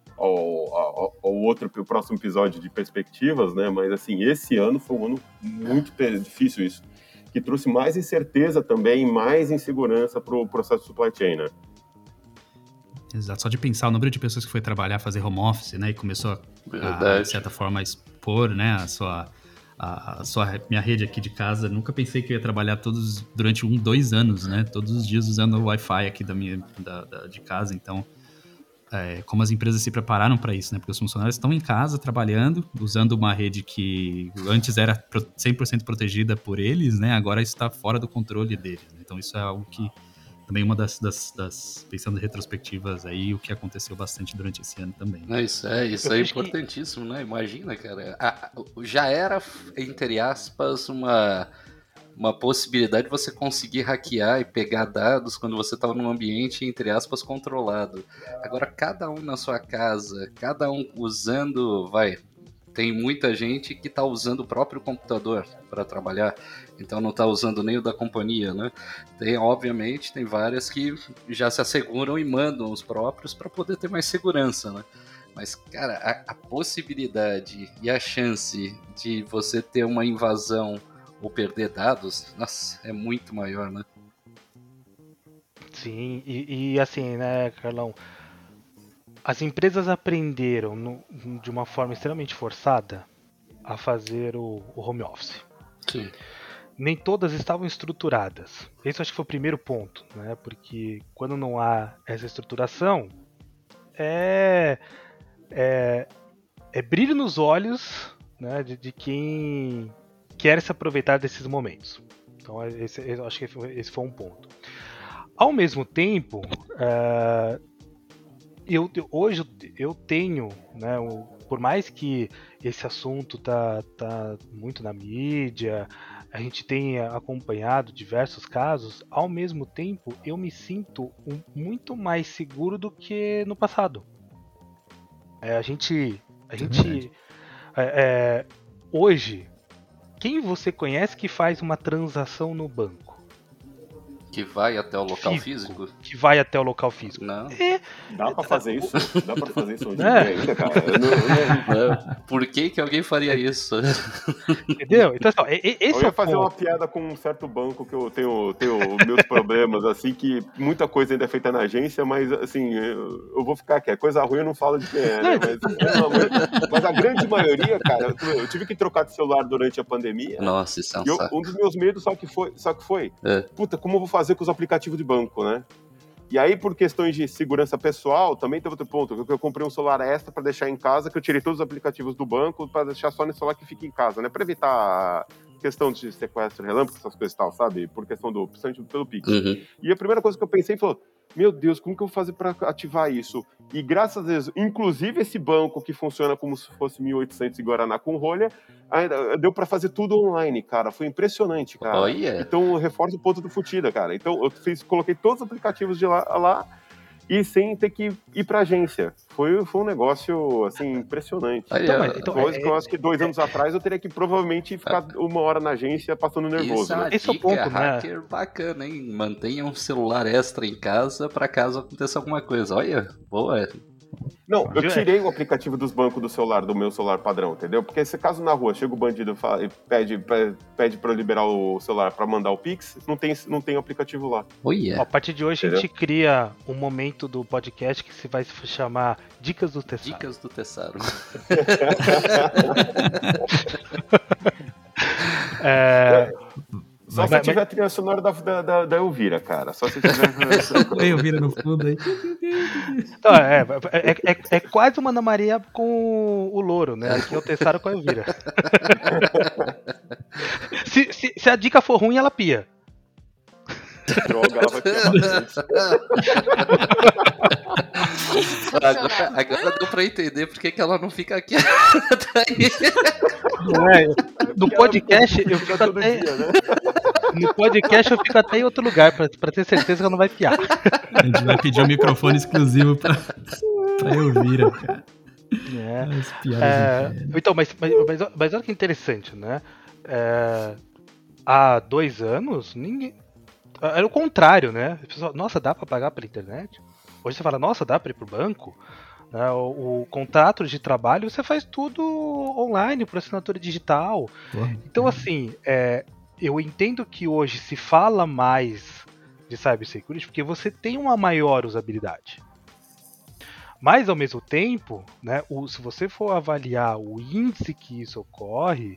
o próximo episódio de perspectivas, né? Mas assim, esse ano foi um ano muito difícil isso, que trouxe mais incerteza também, mais insegurança para o processo de supply chain, né? Exato, só de pensar o número de pessoas que foi trabalhar, fazer home office, né, e começou a de certa forma, a expor, né, minha rede aqui de casa. Nunca pensei que eu ia trabalhar durante 2 anos, né, todos os dias usando o Wi-Fi aqui de casa. Então, como as empresas se prepararam para isso, né, porque os funcionários estão em casa trabalhando, usando uma rede que antes era 100% protegida por eles, né, agora está fora do controle deles. Então, isso é algo que também uma das pensando em retrospectivas aí, o que aconteceu bastante durante esse ano também. Isso é importantíssimo, né? Imagina, cara. Já era, entre aspas, uma possibilidade de você conseguir hackear e pegar dados quando você estava num ambiente, entre aspas, controlado. Agora, cada um na sua casa, cada um usando, tem muita gente que está usando o próprio computador para trabalhar, então não está usando nem o da companhia, né? Obviamente, tem várias que já se asseguram e mandam os próprios para poder ter mais segurança, né? Mas, cara, a possibilidade e a chance de você ter uma invasão ou perder dados, nossa, é muito maior, né? Sim, e assim, né, Carlão, as empresas aprenderam de uma forma extremamente forçada a fazer o home office. Sim. Nem todas estavam estruturadas. Esse acho que foi o primeiro ponto, né? Porque quando não há essa estruturação, é brilho nos olhos, né, de quem quer se aproveitar desses momentos. Então, eu acho que esse foi um ponto. Ao mesmo tempo, hoje eu tenho, né, por mais que esse assunto tá muito na mídia, a gente tem acompanhado diversos casos, ao mesmo tempo eu me sinto muito mais seguro do que no passado. Hoje, quem você conhece que faz uma transação no banco? Que vai até o local físico? Que vai até o local físico. Não. Dá pra fazer isso? Dá pra fazer isso hoje em dia ainda, cara? Por que alguém faria isso? Entendeu? Então, assim, esse eu ia fazer uma piada com um certo banco que eu tenho meus problemas, assim, que muita coisa ainda é feita na agência, mas, assim, eu vou ficar aqui. Coisa ruim eu não falo de quem é, né? Mas a grande maioria, cara, eu tive que trocar de celular durante a pandemia. Nossa, isso é um saco. Um dos meus medos, só que foi puta, como eu vou fazer com os aplicativos de banco, né? E aí, por questões de segurança pessoal, também teve outro ponto. Eu comprei um celular extra para deixar em casa, que eu tirei todos os aplicativos do banco para deixar só no celular que fica em casa, né? Para evitar questão de sequestro relâmpago, essas coisas e tal, sabe? Por questão principalmente pelo Pix. Uhum. E a primeira coisa que eu pensei foi, meu Deus, como que eu vou fazer para ativar isso? E graças a Deus, inclusive esse banco que funciona como se fosse 1800 em Guaraná com rolha, ainda deu para fazer tudo online, cara. Foi impressionante, cara. Oh, yeah. Então eu reforço o ponto do Futida, cara. Então eu coloquei todos os aplicativos de lá e sem ter que ir pra agência. Foi um negócio, assim, impressionante. Coisa que eu acho que 2 anos atrás eu teria que provavelmente ficar 1 hora na agência passando nervoso. Esse é o ponto, hacker bacana, hein? Mantenha um celular extra em casa pra caso aconteça alguma coisa. Olha, boa. Não, eu tirei o aplicativo dos bancos do celular, do meu celular padrão, entendeu? Porque se caso na rua chega o bandido e pede pra eu liberar o celular pra mandar o Pix, não tem o aplicativo lá. Oh, yeah. A partir de hoje, entendeu? A gente cria um momento do podcast que se vai se chamar Dicas do Tessaro. Dicas do Tessaro. Só se tiver a trilha sonora da Elvira, cara. Só se tiver a trilha sonora. Elvira no fundo aí. Então, é quase uma Ana Maria com o louro, né? Aqui é o Tessaro com a Elvira. se a dica for ruim, ela pia. Droga, ela vai piar bastante. Agora deu pra entender por que ela não fica aqui. No podcast eu fico até... dia, né? No podcast eu fico até em outro lugar, pra ter certeza que ela não vai piar. A gente vai pedir um microfone exclusivo pra Elvira, cara. As piadas então, mas olha que interessante, né? Há 2 anos, ninguém... Era o contrário, né? Pessoal, nossa, dá pra pagar pela internet? Hoje você fala, nossa, dá pra ir pro banco? O contrato de trabalho, você faz tudo online, por assinatura digital. Então, assim, eu entendo que hoje se fala mais de cybersecurity porque você tem uma maior usabilidade. Mas, ao mesmo tempo, né, se você for avaliar o índice que isso ocorre,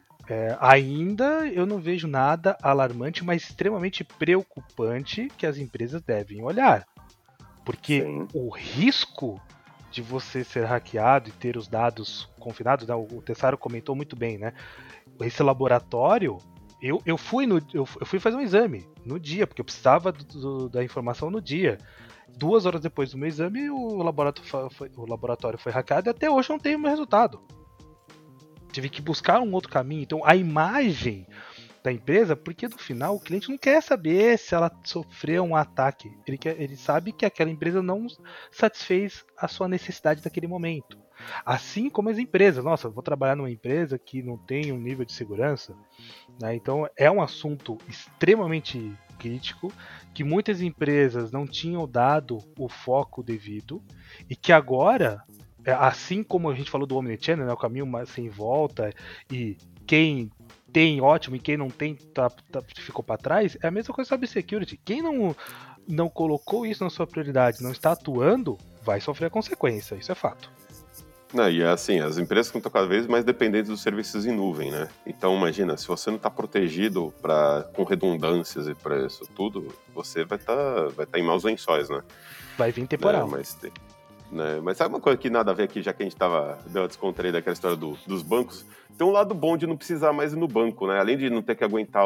ainda eu não vejo nada alarmante, mas extremamente preocupante que as empresas devem olhar. Porque o risco de você ser hackeado e ter os dados confinados, né, o Tessaro comentou muito bem, né? Esse laboratório, eu fui fazer um exame no dia, porque eu precisava da informação no dia. 2 horas depois do meu exame, o laboratório foi hackeado e até hoje eu não tenho o meu resultado. Tive que buscar um outro caminho. Então, a imagem da empresa, porque no final o cliente não quer saber se ela sofreu um ataque. Ele sabe que aquela empresa não satisfez a sua necessidade daquele momento. Assim como as empresas. Nossa, eu vou trabalhar numa empresa que não tem um nível de segurança, né? Então, é um assunto extremamente crítico, que muitas empresas não tinham dado o foco devido, e que agora... Assim como a gente falou do Omnichannel, né, o caminho sem volta, e quem tem, ótimo, e quem não tem ficou para trás, é a mesma coisa sobre security. Quem não colocou isso na sua prioridade, não está atuando, vai sofrer a consequência, isso é fato. E assim, as empresas estão cada vez mais dependentes dos serviços em nuvem, né? Então imagina, se você não está protegido com redundâncias e para isso tudo, você vai tá em maus lençóis, né? Vai vir temporal. Mas sabe uma coisa que nada a ver aqui, já que a gente deu uma descontraída daquela história dos bancos? Tem um lado bom de não precisar mais ir no banco, né? Além de não ter que aguentar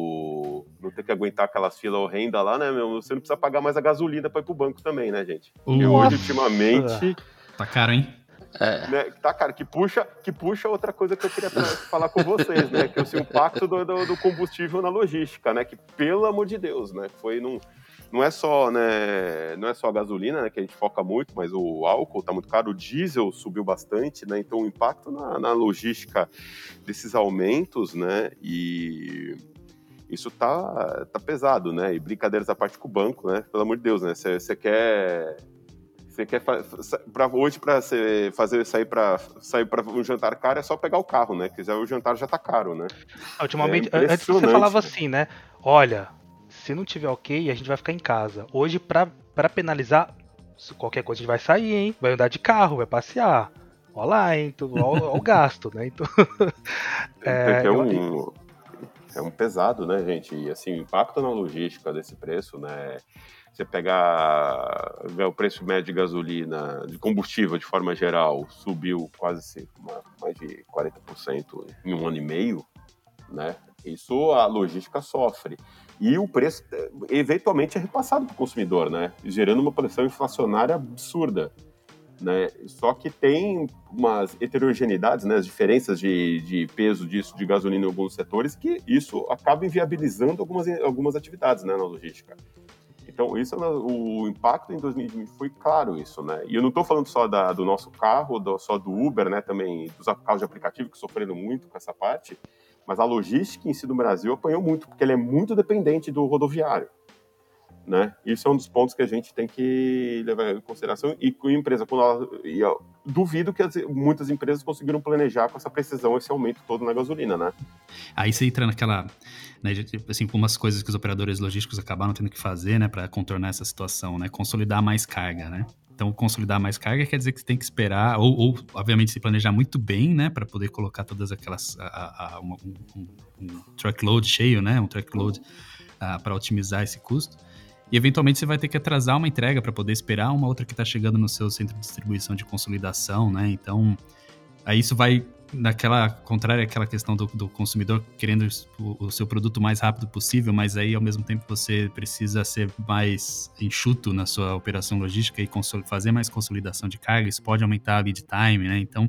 aquelas filas horrendas lá, né, meu? Você não precisa pagar mais a gasolina para ir pro banco também, né, gente? E hoje, ultimamente... Tá caro, hein? Né, tá, cara, que puxa outra coisa que eu queria falar com vocês, né? Que é o impacto do combustível na logística, né? Que, pelo amor de Deus, né? Não é só a gasolina, né, que a gente foca muito, mas o álcool está muito caro, o diesel subiu bastante, né? Então o impacto na logística desses aumentos, né? E isso tá pesado, né? E brincadeiras à parte com o banco, né? Pelo amor de Deus, né? Você quer hoje para sair para um jantar caro é só pegar o carro, né? Quiser o jantar já tá caro, né? Ultimamente, antes você falava assim, né? Olha, se não tiver ok, a gente vai ficar em casa. Hoje, pra penalizar, qualquer coisa a gente vai sair, hein? Vai andar de carro, vai passear. Olha lá, hein? Olha o gasto, né? Então, é um pesado, né, gente? E assim, o impacto na logística desse preço, né? Você pegar o preço médio de gasolina, de combustível de forma geral, subiu quase mais de 40% em um ano e meio, né? Isso a logística sofre. E o preço, eventualmente, é repassado para o consumidor, né? Gerando uma pressão inflacionária absurda, né? Só que tem umas heterogeneidades, né? As diferenças de peso disso, de gasolina em alguns setores, que isso acaba inviabilizando algumas atividades, né, na logística. Então, o impacto em 2020 foi claro isso, né? E eu não estou falando só do nosso carro, só do Uber, né? Também dos carros de aplicativo que sofreram muito com essa parte, mas a logística em si do Brasil apanhou muito, porque ela é muito dependente do rodoviário, né? Isso é um dos pontos que a gente tem que levar em consideração. E com a empresa, eu duvido que muitas empresas conseguiram planejar com essa precisão esse aumento todo na gasolina, né? Aí você entra naquela, né, assim, umas coisas que os operadores logísticos acabaram tendo que fazer, né, para contornar essa situação, né? Consolidar mais carga, né? Então, consolidar mais carga quer dizer que você tem que esperar, ou obviamente, se planejar muito bem, né, para poder colocar todas aquelas, um truckload cheio, né, um truckload para otimizar esse custo. E, eventualmente, você vai ter que atrasar uma entrega para poder esperar uma outra que está chegando no seu centro de distribuição de consolidação, né? Então, aí isso vai contrária àquela questão do consumidor querendo o seu produto o mais rápido possível, mas aí, ao mesmo tempo, você precisa ser mais enxuto na sua operação logística e fazer mais consolidação de carga. Isso pode aumentar a lead time, né? Então,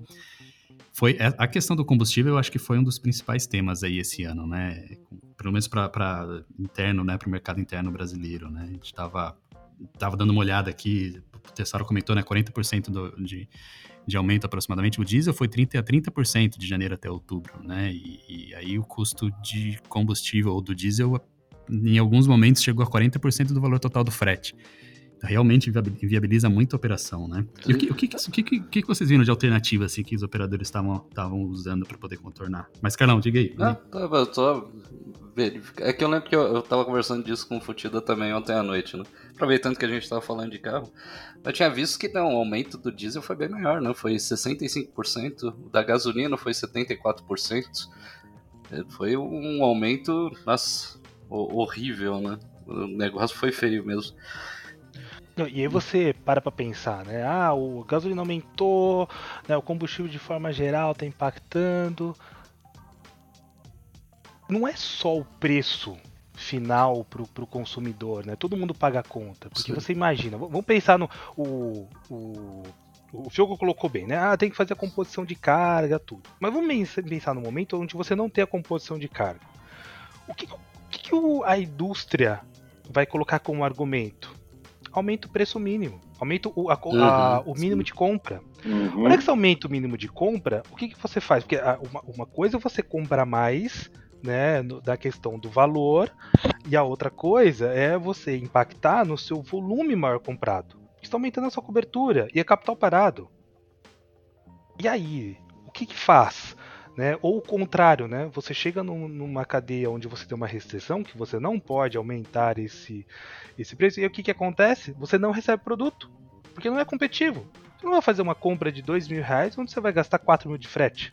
a questão do combustível, eu acho que foi um dos principais temas aí esse ano, né? Pelo menos para interno, né? Para o mercado interno brasileiro, né? A gente tava dando uma olhada aqui, o Tessaro comentou, né? 40% de aumento aproximadamente. O diesel foi 30% de janeiro até outubro, né? E aí o custo de combustível ou do diesel, em alguns momentos, chegou a 40% do valor total do frete. Realmente inviabiliza muito a operação, né? E o que vocês viram de alternativa assim, que os operadores estavam usando para poder contornar? Mas, Carlão, diga aí. Eu tô verificando. É que eu lembro que eu tava conversando disso com o Futida também ontem à noite, né? Aproveitando que a gente tava falando de carro. Eu tinha visto que não, o aumento do diesel foi bem maior, né? Foi 65%, da gasolina foi 74%. Foi um aumento, nossa, horrível, né? O negócio foi feio mesmo. E aí você para pensar, né? O gasolina aumentou, né? O combustível de forma geral está impactando. Não é só o preço final para o consumidor, né? Todo mundo paga a conta. Porque Você imagina, vamos pensar no... O Fiogo colocou bem, né? Tem que fazer a composição de carga, tudo. Mas vamos pensar no momento onde você não tem a composição de carga. O que a indústria vai colocar como argumento? Aumenta o preço mínimo, aumenta o mínimo de compra. Quando é que você aumenta o mínimo de compra, o que você faz? Porque uma coisa é você comprar mais, né, da questão do valor, e a outra coisa é você impactar no seu volume maior comprado. Você está aumentando a sua cobertura e é capital parado. E aí, o que faz? Né? Ou o contrário, né? Você chega numa cadeia onde você tem uma restrição, que você não pode aumentar esse preço, e o que acontece? Você não recebe produto, porque não é competitivo. Você não vai fazer uma compra de R$2.000 onde você vai gastar 4 mil de frete.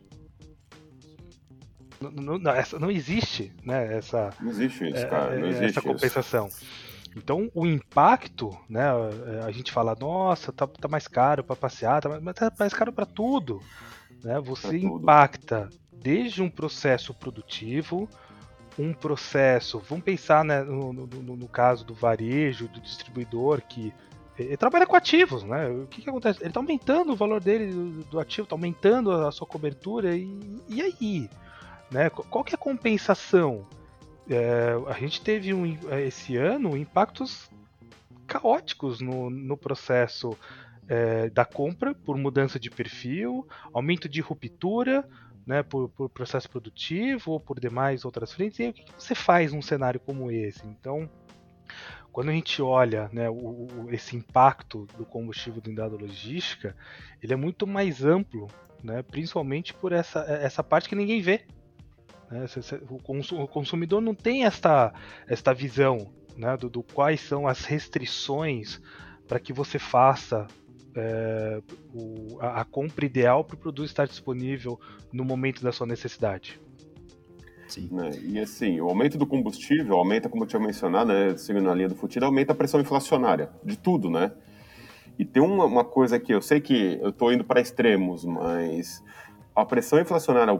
Não existe, né, não existe isso, cara. Não existe essa compensação. Então, o impacto, né, a gente fala, nossa, tá mais caro para passear, mas tá mais caro para tudo. Né? Você impacta desde um processo produtivo, um processo, vamos pensar, né, no caso do varejo, do distribuidor, que ele trabalha com ativos, né? O que acontece? Ele está aumentando o valor dele do ativo, está aumentando a sua cobertura, e aí? Né? Qual que é a compensação? A gente teve esse ano impactos caóticos no processo da compra por mudança de perfil, aumento de ruptura, né, por processo produtivo ou por demais outras frentes. E aí, o que você faz num cenário como esse? Então, quando a gente olha, né, esse impacto do combustível dentro da logística, ele é muito mais amplo, né, principalmente por essa parte que ninguém vê. Né? O consumidor não tem esta visão, né, do quais são as restrições para que você faça a compra ideal para o produto estar disponível no momento da sua necessidade. Sim. Né? E assim, o aumento do combustível aumenta, como eu tinha mencionado, né, seguindo a linha do Futida, aumenta a pressão inflacionária de tudo, né? E tem uma coisa que eu sei que eu estou indo para extremos, mas a pressão inflacionária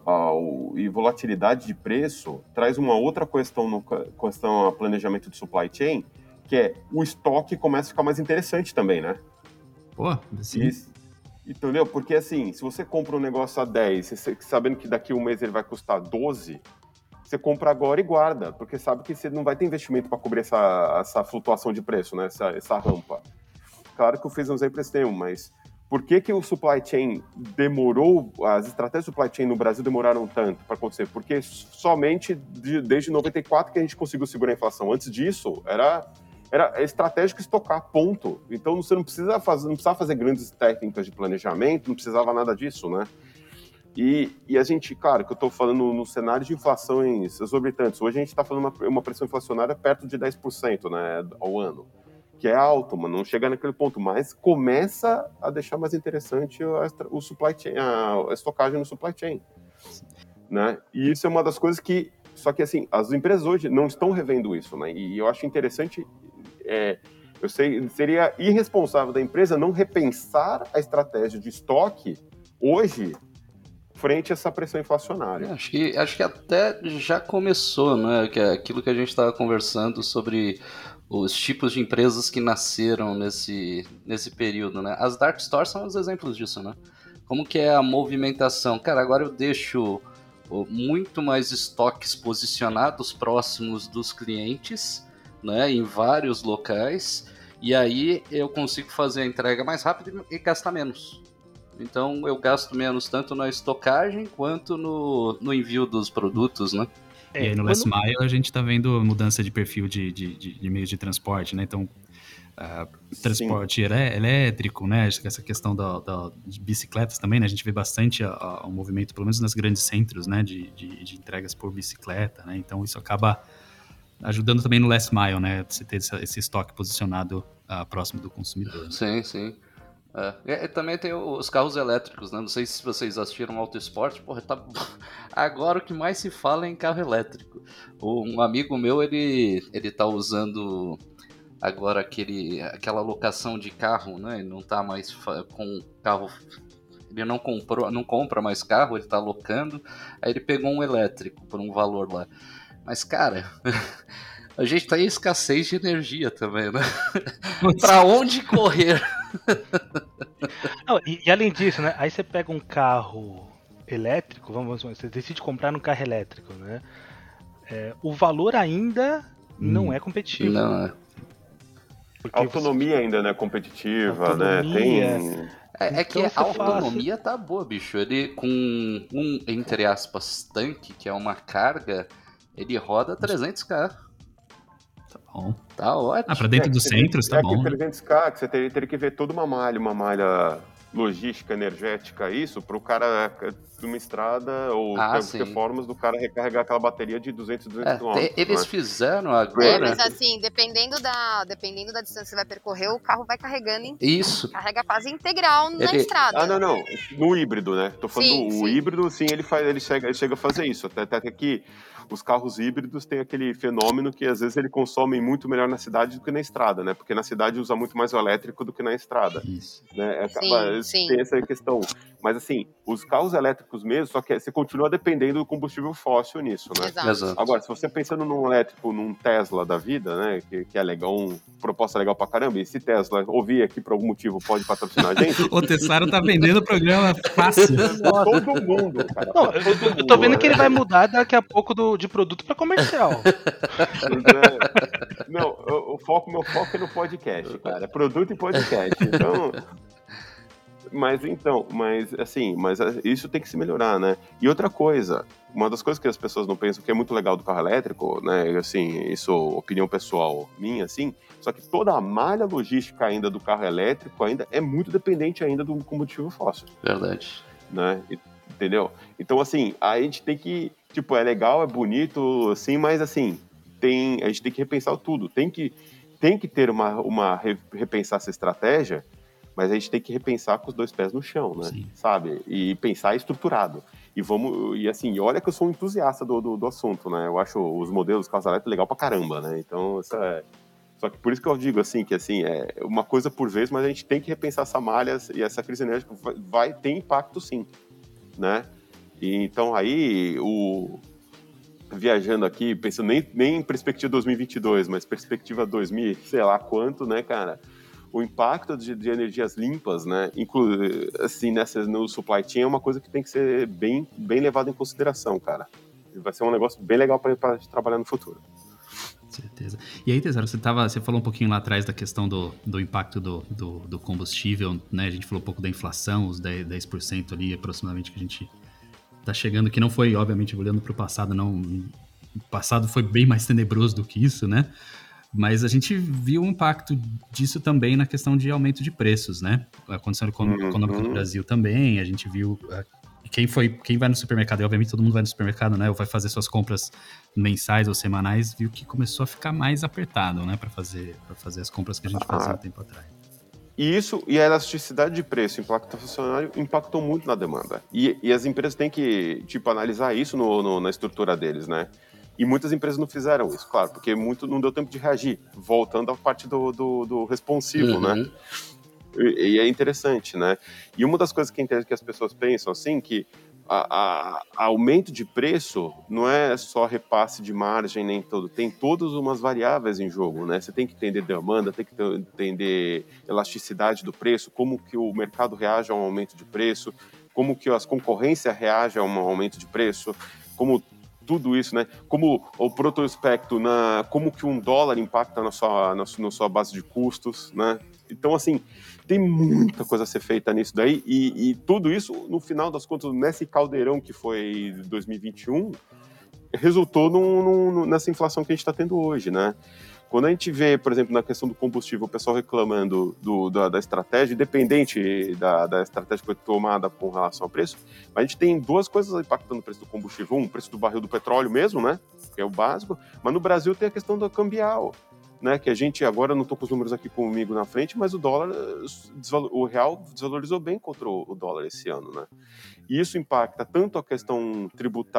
e volatilidade de preço traz uma outra questão a planejamento de supply chain, que é o estoque começa a ficar mais interessante também, né? Pô, sim. Entendeu? Porque assim, se você compra um negócio a 10, sabendo que daqui a um mês ele vai custar 12, você compra agora e guarda, porque sabe que você não vai ter investimento para cobrir essa flutuação de preço, né? Essa rampa. Claro que eu fiz um exemplo extremo, mas por que o supply chain demorou, as estratégias do supply chain no Brasil demoraram tanto para acontecer? Porque somente desde 94 que a gente conseguiu segurar a inflação. Antes disso, era estratégico estocar, ponto. Então você não precisava fazer grandes técnicas de planejamento, não precisava nada disso, né? E a gente, claro, que eu estou falando no cenário de inflações exorbitantes. Hoje a gente está falando uma pressão inflacionária perto de 10%, né, ao ano, que é alto, mas não chega naquele ponto, mas começa a deixar mais interessante o supply chain, a estocagem no supply chain, né? E isso é uma das coisas que, só que assim, as empresas hoje não estão revendo isso, né? E eu acho interessante, eu sei, seria irresponsável da empresa não repensar a estratégia de estoque hoje frente a essa pressão inflacionária. Acho que até já começou, né? Que é aquilo que a gente estava conversando sobre os tipos de empresas que nasceram nesse período, né? As dark stores são os exemplos disso, né? Como que é a movimentação? Cara, agora eu deixo muito mais estoques posicionados próximos dos clientes, né? Em vários locais, e aí eu consigo fazer a entrega mais rápido e gastar menos. Então eu gasto menos tanto na estocagem quanto no envio dos produtos, né? E aí no Last Mile a gente está vendo mudança de perfil de meios de transporte, né? Então, transporte elétrico, né? Essa questão de bicicletas também, né? A gente vê bastante o movimento, pelo menos nos grandes centros, né? De entregas por bicicleta, né? Então isso acaba ajudando também no Last Mile, né? Você ter esse estoque posicionado próximo do consumidor. Né? Sim, sim. E também tem os carros elétricos, né? Não sei se vocês assistiram Auto Esporte. Porra, agora o que mais se fala é em carro elétrico. Um amigo meu, ele tá usando agora aquela locação de carro, né? Ele não tá mais com carro. Ele não compra mais carro, ele tá locando. Aí ele pegou um elétrico por um valor lá. Mas, cara, a gente tá em escassez de energia também, né? Pra onde correr? Não, e além disso, né? Aí você pega um carro elétrico, você decide comprar um carro elétrico, né? O valor ainda não é competitivo. Não é. A autonomia ainda não é competitiva, né? É que a autonomia tá boa, bicho. Ele com um, entre aspas, tanque, que é uma carga, ele roda 300km. Tá bom. Tá ótimo. Pra dentro dos centros, tá bom. Que 300km, que você teria que ver toda uma malha logística, energética, isso, para o cara de uma estrada ou ter formas do cara recarregar aquela bateria de 200 km. Eles fizeram agora... mas assim, dependendo da distância que você vai percorrer, o carro vai carregando Isso. Carrega quase integral na estrada. Não. No híbrido, né? Tô falando o híbrido, sim, ele chega a fazer isso. Até que os carros híbridos têm aquele fenômeno que às vezes ele consome muito melhor na cidade do que na estrada, né? Porque na cidade usa muito mais o elétrico do que na estrada. Isso. Né? Tem essa questão. Mas assim, os carros elétricos mesmo, só que você continua dependendo do combustível fóssil nisso, né? Exato. Agora, se você pensando num elétrico, num Tesla da vida, né? Que é legal, proposta legal pra caramba, e se Tesla ouvir aqui por algum motivo pode patrocinar a gente... O Tessaro tá vendendo o programa fácil. Todo mundo, cara. Não, eu tô vendo que ele vai mudar daqui a pouco de produto para comercial. Não, meu foco é no podcast, cara. É produto e podcast. Então, isso tem que se melhorar, né? E outra coisa, uma das coisas que as pessoas não pensam que é muito legal do carro elétrico, né? Assim, isso opinião pessoal minha, assim, só que toda a malha logística ainda do carro elétrico ainda é muito dependente ainda do combustível fóssil. Verdade. Né? Entendeu? Então, assim, a gente tem que, tipo, é legal, é bonito, assim, mas, assim, a gente tem que repensar tudo. Tem que ter repensar essa estratégia, mas a gente tem que repensar com os 2 pés no chão, né? Sim. Sabe? E pensar estruturado. E assim, olha que eu sou um entusiasta do assunto, né? Eu acho os modelos dos carros elétricos legal pra caramba, né? Então, só que por isso que eu digo, assim, que assim, é uma coisa por vez, mas a gente tem que repensar essa malha e essa crise energética vai ter impacto, sim, né? E então aí, viajando aqui, pensando nem em perspectiva 2022, mas perspectiva 2000, sei lá quanto, né, cara? O impacto de energias limpas, né, assim, no supply chain é uma coisa que tem que ser bem levado em consideração, cara. Vai ser um negócio bem legal para trabalhar no futuro. Certeza. E aí, Tesaro, você falou um pouquinho lá atrás da questão do impacto do combustível, né? A gente falou um pouco da inflação, os 10% ali aproximadamente que a gente tá chegando, que não foi, obviamente, olhando para o passado, não. O passado foi bem mais tenebroso do que isso, né? Mas a gente viu o impacto disso também na questão de aumento de preços, né? A condição econômica do Brasil também, a gente viu... Quem vai no supermercado, e obviamente todo mundo vai no supermercado, né? Ou vai fazer suas compras mensais ou semanais, viu que começou a ficar mais apertado, né? Para fazer as compras que a gente fazia um tempo atrás. E a elasticidade de preço, impacto funcionário, impactou muito na demanda. E as empresas têm que, tipo, analisar isso na estrutura deles, né? E muitas empresas não fizeram isso, claro, porque não deu tempo de reagir, voltando à parte do responsivo, né? E é interessante, né? E uma das coisas que as pessoas pensam, assim, que aumento de preço não é só repasse de margem, nem todo. Tem todas umas variáveis em jogo, né? Você tem que entender demanda, tem que entender elasticidade do preço, como que o mercado reage a um aumento de preço, como que as concorrências reagem a um aumento de preço, como tudo isso, né? Como o protospecto, como que $1 impacta na sua base de custos, né? Então, assim, tem muita coisa a ser feita nisso daí, e tudo isso, no final das contas, nesse caldeirão que foi 2021, resultou nessa inflação que a gente está tendo hoje, né? Quando a gente vê, por exemplo, na questão do combustível, o pessoal reclamando da estratégia, independente da estratégia que foi tomada com relação ao preço, a gente tem 2 coisas impactando o preço do combustível. O preço do barril do petróleo mesmo, né? Que é o básico, mas no Brasil tem a questão do cambial, né, que a gente, agora não estou com os números aqui comigo na frente, mas o real desvalorizou bem contra o dólar esse ano, né? E isso impacta tanto a questão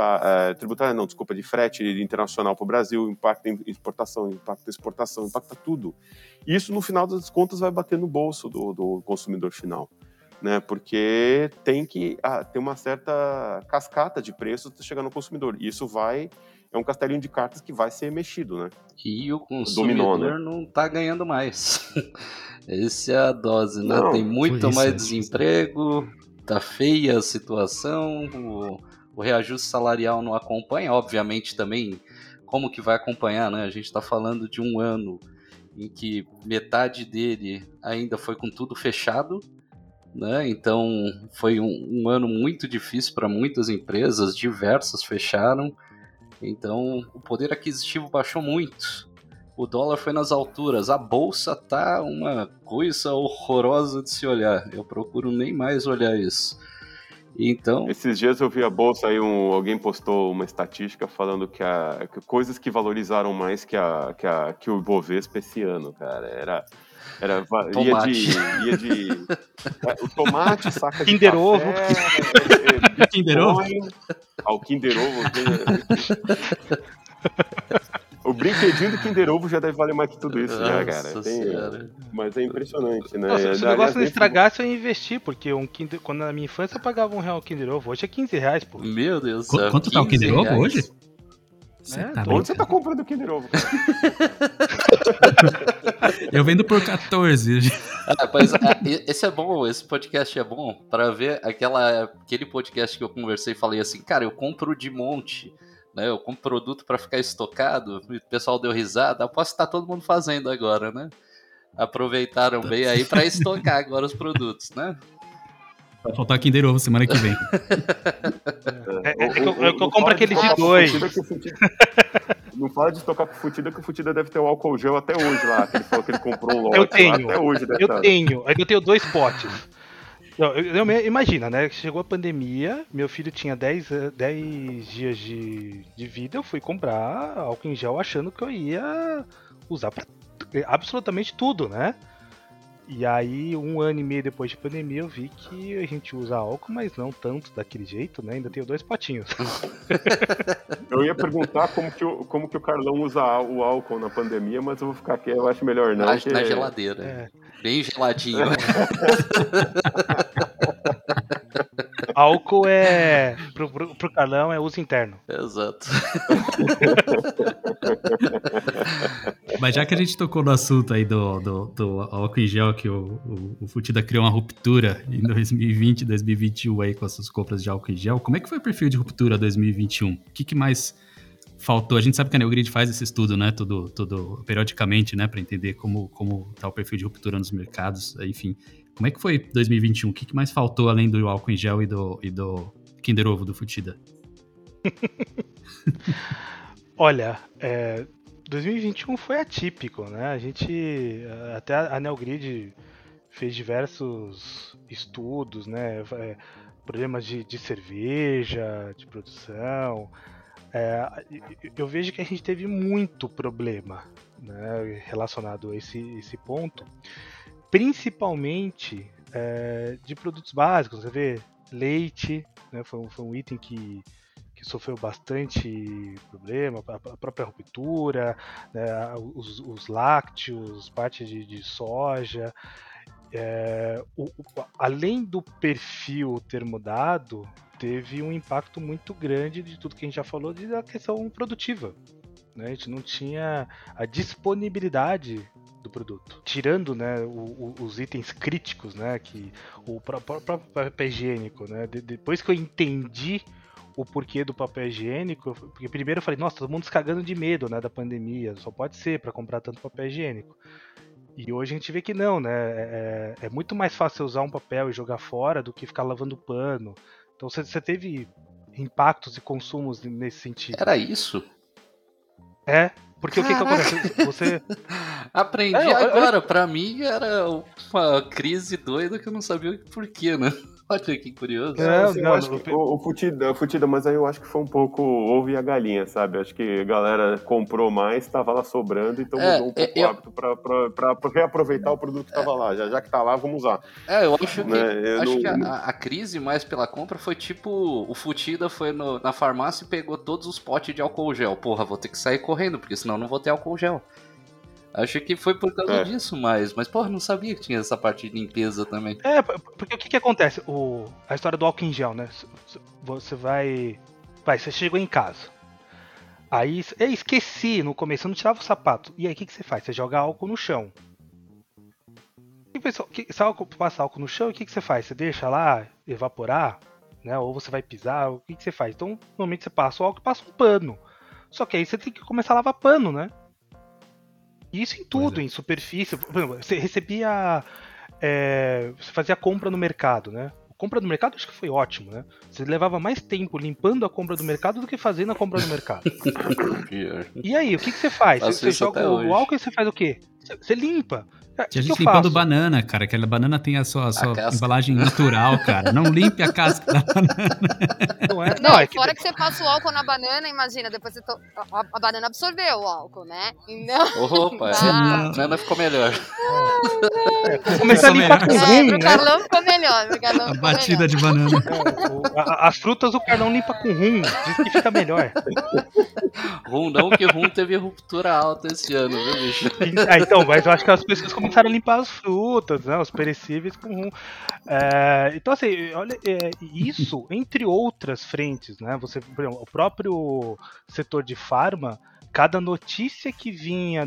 de frete internacional para o Brasil, impacta em exportação, impacta tudo. E isso, no final das contas, vai bater no bolso do consumidor final, né? Porque tem que ter uma certa cascata de preços para chegar no consumidor. E isso é um castelinho de cartas que vai ser mexido, né? E o consumidor não tá ganhando mais. Essa é a dose, né? Tem muito mais desemprego, tá feia a situação, o reajuste salarial não acompanha, obviamente também, como que vai acompanhar, né? A gente tá falando de um ano em que metade dele ainda foi com tudo fechado, né? Então foi um ano muito difícil para muitas empresas, diversas fecharam. Então, o poder aquisitivo baixou muito. O dólar foi nas alturas. A bolsa tá uma coisa horrorosa de se olhar. Eu procuro nem mais olhar isso. Então... Esses dias eu vi a bolsa aí, alguém postou uma estatística falando que coisas que valorizaram mais que o Ibovespa esse ano, cara. Tomate. Ia de o tomate, saca de Kinder café, Ovo. Kinder Ovo? O Kinder Ovo. O brinquedinho do Kinder Ovo já deve valer mais que tudo isso, né, cara? Mas é impressionante, né? Nossa, se o negócio não estragasse, eu ia investir, porque quando na minha infância eu pagava R$1 o Kinder Ovo, hoje é R$15, pô. Meu Deus do céu. Quanto tá o Kinder Ovo hoje? Onde você tá comprando o Kinder Ovo, cara? Eu vendo por 14. Mas esse é bom, esse podcast é bom pra ver aquele podcast que eu conversei e falei assim, cara, eu compro de monte, né? Eu compro produto pra ficar estocado, o pessoal deu risada, aposto que tá todo mundo fazendo agora, né? Aproveitaram bem aí pra estocar agora os produtos, né? Vai faltar Kinder Ovo semana que vem. Eu compro aquele de 2. Não fala de tocar pro Futida, que o Futida deve ter o álcool gel até hoje lá. Que ele falou que ele comprou um lote. Eu tenho. Lá, até hoje deve estar. Eu tenho 2 potes. Imagina, né? Chegou a pandemia, meu filho tinha 10 dias de vida, eu fui comprar álcool em gel achando que eu ia usar pra absolutamente tudo, né? E aí, 1 ano e meio depois de pandemia, eu vi que a gente usa álcool, mas não tanto daquele jeito, né? Ainda tenho 2 potinhos. Eu ia perguntar como que o Carlão usa o álcool na pandemia, mas eu vou ficar aqui, eu acho melhor não. Na geladeira. Bem geladinho. Álcool pro Carlão é uso interno. Exato. Mas já que a gente tocou no assunto aí do álcool em gel, que o Futida criou uma ruptura em 2020, 2021 aí com as suas compras de álcool em gel, como é que foi o perfil de ruptura 2021? O que mais faltou? A gente sabe que a Neogrid faz esse estudo, né, tudo periodicamente, né, para entender como tá o perfil de ruptura nos mercados, enfim. Como é que foi 2021? O que mais faltou além do álcool em gel e do Kinder Ovo do Futida? Olha, 2021 foi atípico, né? A gente, até a Neogrid fez diversos estudos, né? Problemas de cerveja, de produção. Eu vejo que a gente teve muito problema, né, relacionado a esse ponto, principalmente de produtos básicos. Você vê, leite, né, foi um item que sofreu bastante problema, a própria ruptura, né, os lácteos, parte de soja. Além do perfil ter mudado, teve um impacto muito grande de tudo que a gente já falou da questão produtiva, né? A gente não tinha a disponibilidade do produto, tirando, né, os itens críticos, né, que o próprio papel higiênico, né? Depois que eu entendi o porquê do papel higiênico, porque primeiro eu falei, nossa, todo mundo se cagando de medo, né, da pandemia, só pode ser para comprar tanto papel higiênico. E hoje a gente vê que não, né? É muito mais fácil usar um papel e jogar fora do que ficar lavando pano. Então você teve impactos e consumos nesse sentido. Era isso? Porque Caraca. O que acontece? Você aprendi agora. Pra mim era uma crise doida que eu não sabia o porquê, né? Olha que curioso. O Futida, mas aí eu acho que foi um pouco ovo e a galinha, sabe? Acho que a galera comprou mais, tava lá sobrando, então mudou um pouco o hábito pra reaproveitar o produto que tava lá. Já que tá lá, vamos usar. Eu acho que, a crise mais pela compra foi tipo, o Futida foi na farmácia e pegou todos os potes de álcool gel. Porra, vou ter que sair correndo, porque senão não vou ter álcool gel. Acho que foi por causa disso mas porra, não sabia que tinha essa parte de limpeza também. Porque o que acontece? A história do álcool em gel, né? Você chegou em casa. Aí, esqueci no começo, eu não tirava o sapato. E aí, o que você faz? Você joga álcool no chão. Se passa álcool no chão, o que você faz? Você deixa lá evaporar, né? Ou você vai pisar, o que você faz? Então, normalmente você passa o álcool e passa um pano. Só que aí você tem que começar a lavar pano, né? Isso em tudo, em superfície. Você recebia. Você fazia compra no mercado, né? A compra no mercado acho que foi ótimo, né? Você levava mais tempo limpando a compra do mercado do que fazendo a compra no mercado. E aí, o que você faz? Você joga o álcool e você faz o quê? Você limpa. Tinha gente limpando banana, cara. Aquela banana tem a sua embalagem natural, cara. Não limpe a casca da banana. Não, fora que você passa o álcool na banana, imagina, depois a banana absorveu o álcool, né? Opa, a banana ficou melhor. Começar a limpar com rum, pro Carlão ficou melhor. A batida de banana. As frutas o Carlão limpa com rum, diz que fica melhor. Rum não, que rum teve ruptura alta esse ano, viu, bicho? Então, mas eu acho que as pessoas começaram a limpar as frutas, né, os perecíveis com rum. Então, assim, olha, isso, entre outras frentes, né? Você, por exemplo, o próprio setor de farma, cada notícia que vinha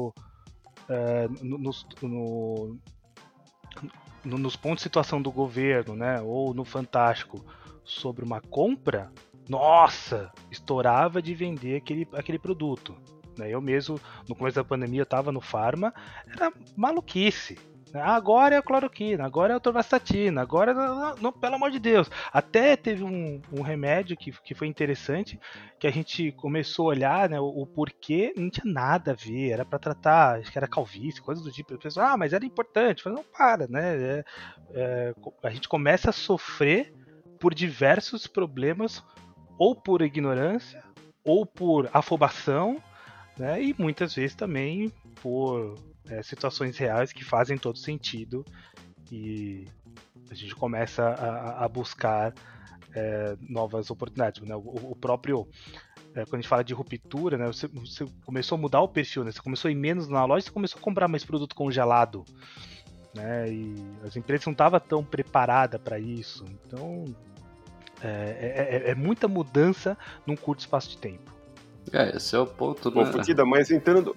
nos pontos de situação do governo, né, ou no Fantástico, sobre uma compra, nossa, estourava de vender aquele produto. Eu mesmo, no começo da pandemia, eu estava no Farma, era maluquice. Agora é a cloroquina, agora é a atorvastatina, agora, não, pelo amor de Deus. Até teve um remédio que foi interessante, que a gente começou a olhar, né, o porquê não tinha nada a ver, era para tratar, acho que era calvície, coisas do tipo. A pessoa, mas era importante. Eu falei, não, para, né? A gente começa a sofrer por diversos problemas, ou por ignorância, ou por afobação, né, e muitas vezes também por situações reais que fazem todo sentido, e a gente começa a buscar novas oportunidades, né? O próprio, quando a gente fala de ruptura, né, você começou a mudar o perfil, né? Você começou a ir menos na loja, você começou a comprar mais produto congelado, né? E as empresas não estavam tão preparadas para isso, então é muita mudança num curto espaço de tempo. Esse é o ponto, né? Bom, Futida, mas entrando,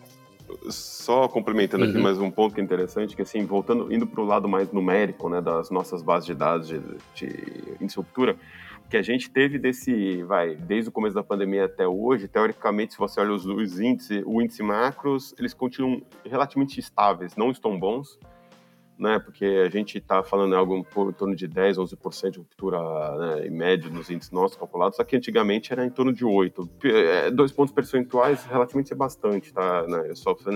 só complementando aqui mais um ponto que é interessante, que assim, indo para o lado mais numérico, né, das nossas bases de dados de índice de ruptura, que a gente teve desde o começo da pandemia até hoje, teoricamente, se você olha os índices, o índice macros, eles continuam relativamente estáveis, não estão bons, né, porque a gente está falando em algo em torno de 10, 11% de ruptura, né, em média nos índices nossos calculados, só que antigamente era em torno de 8. 2 pontos percentuais relativamente é bastante, tá? Né,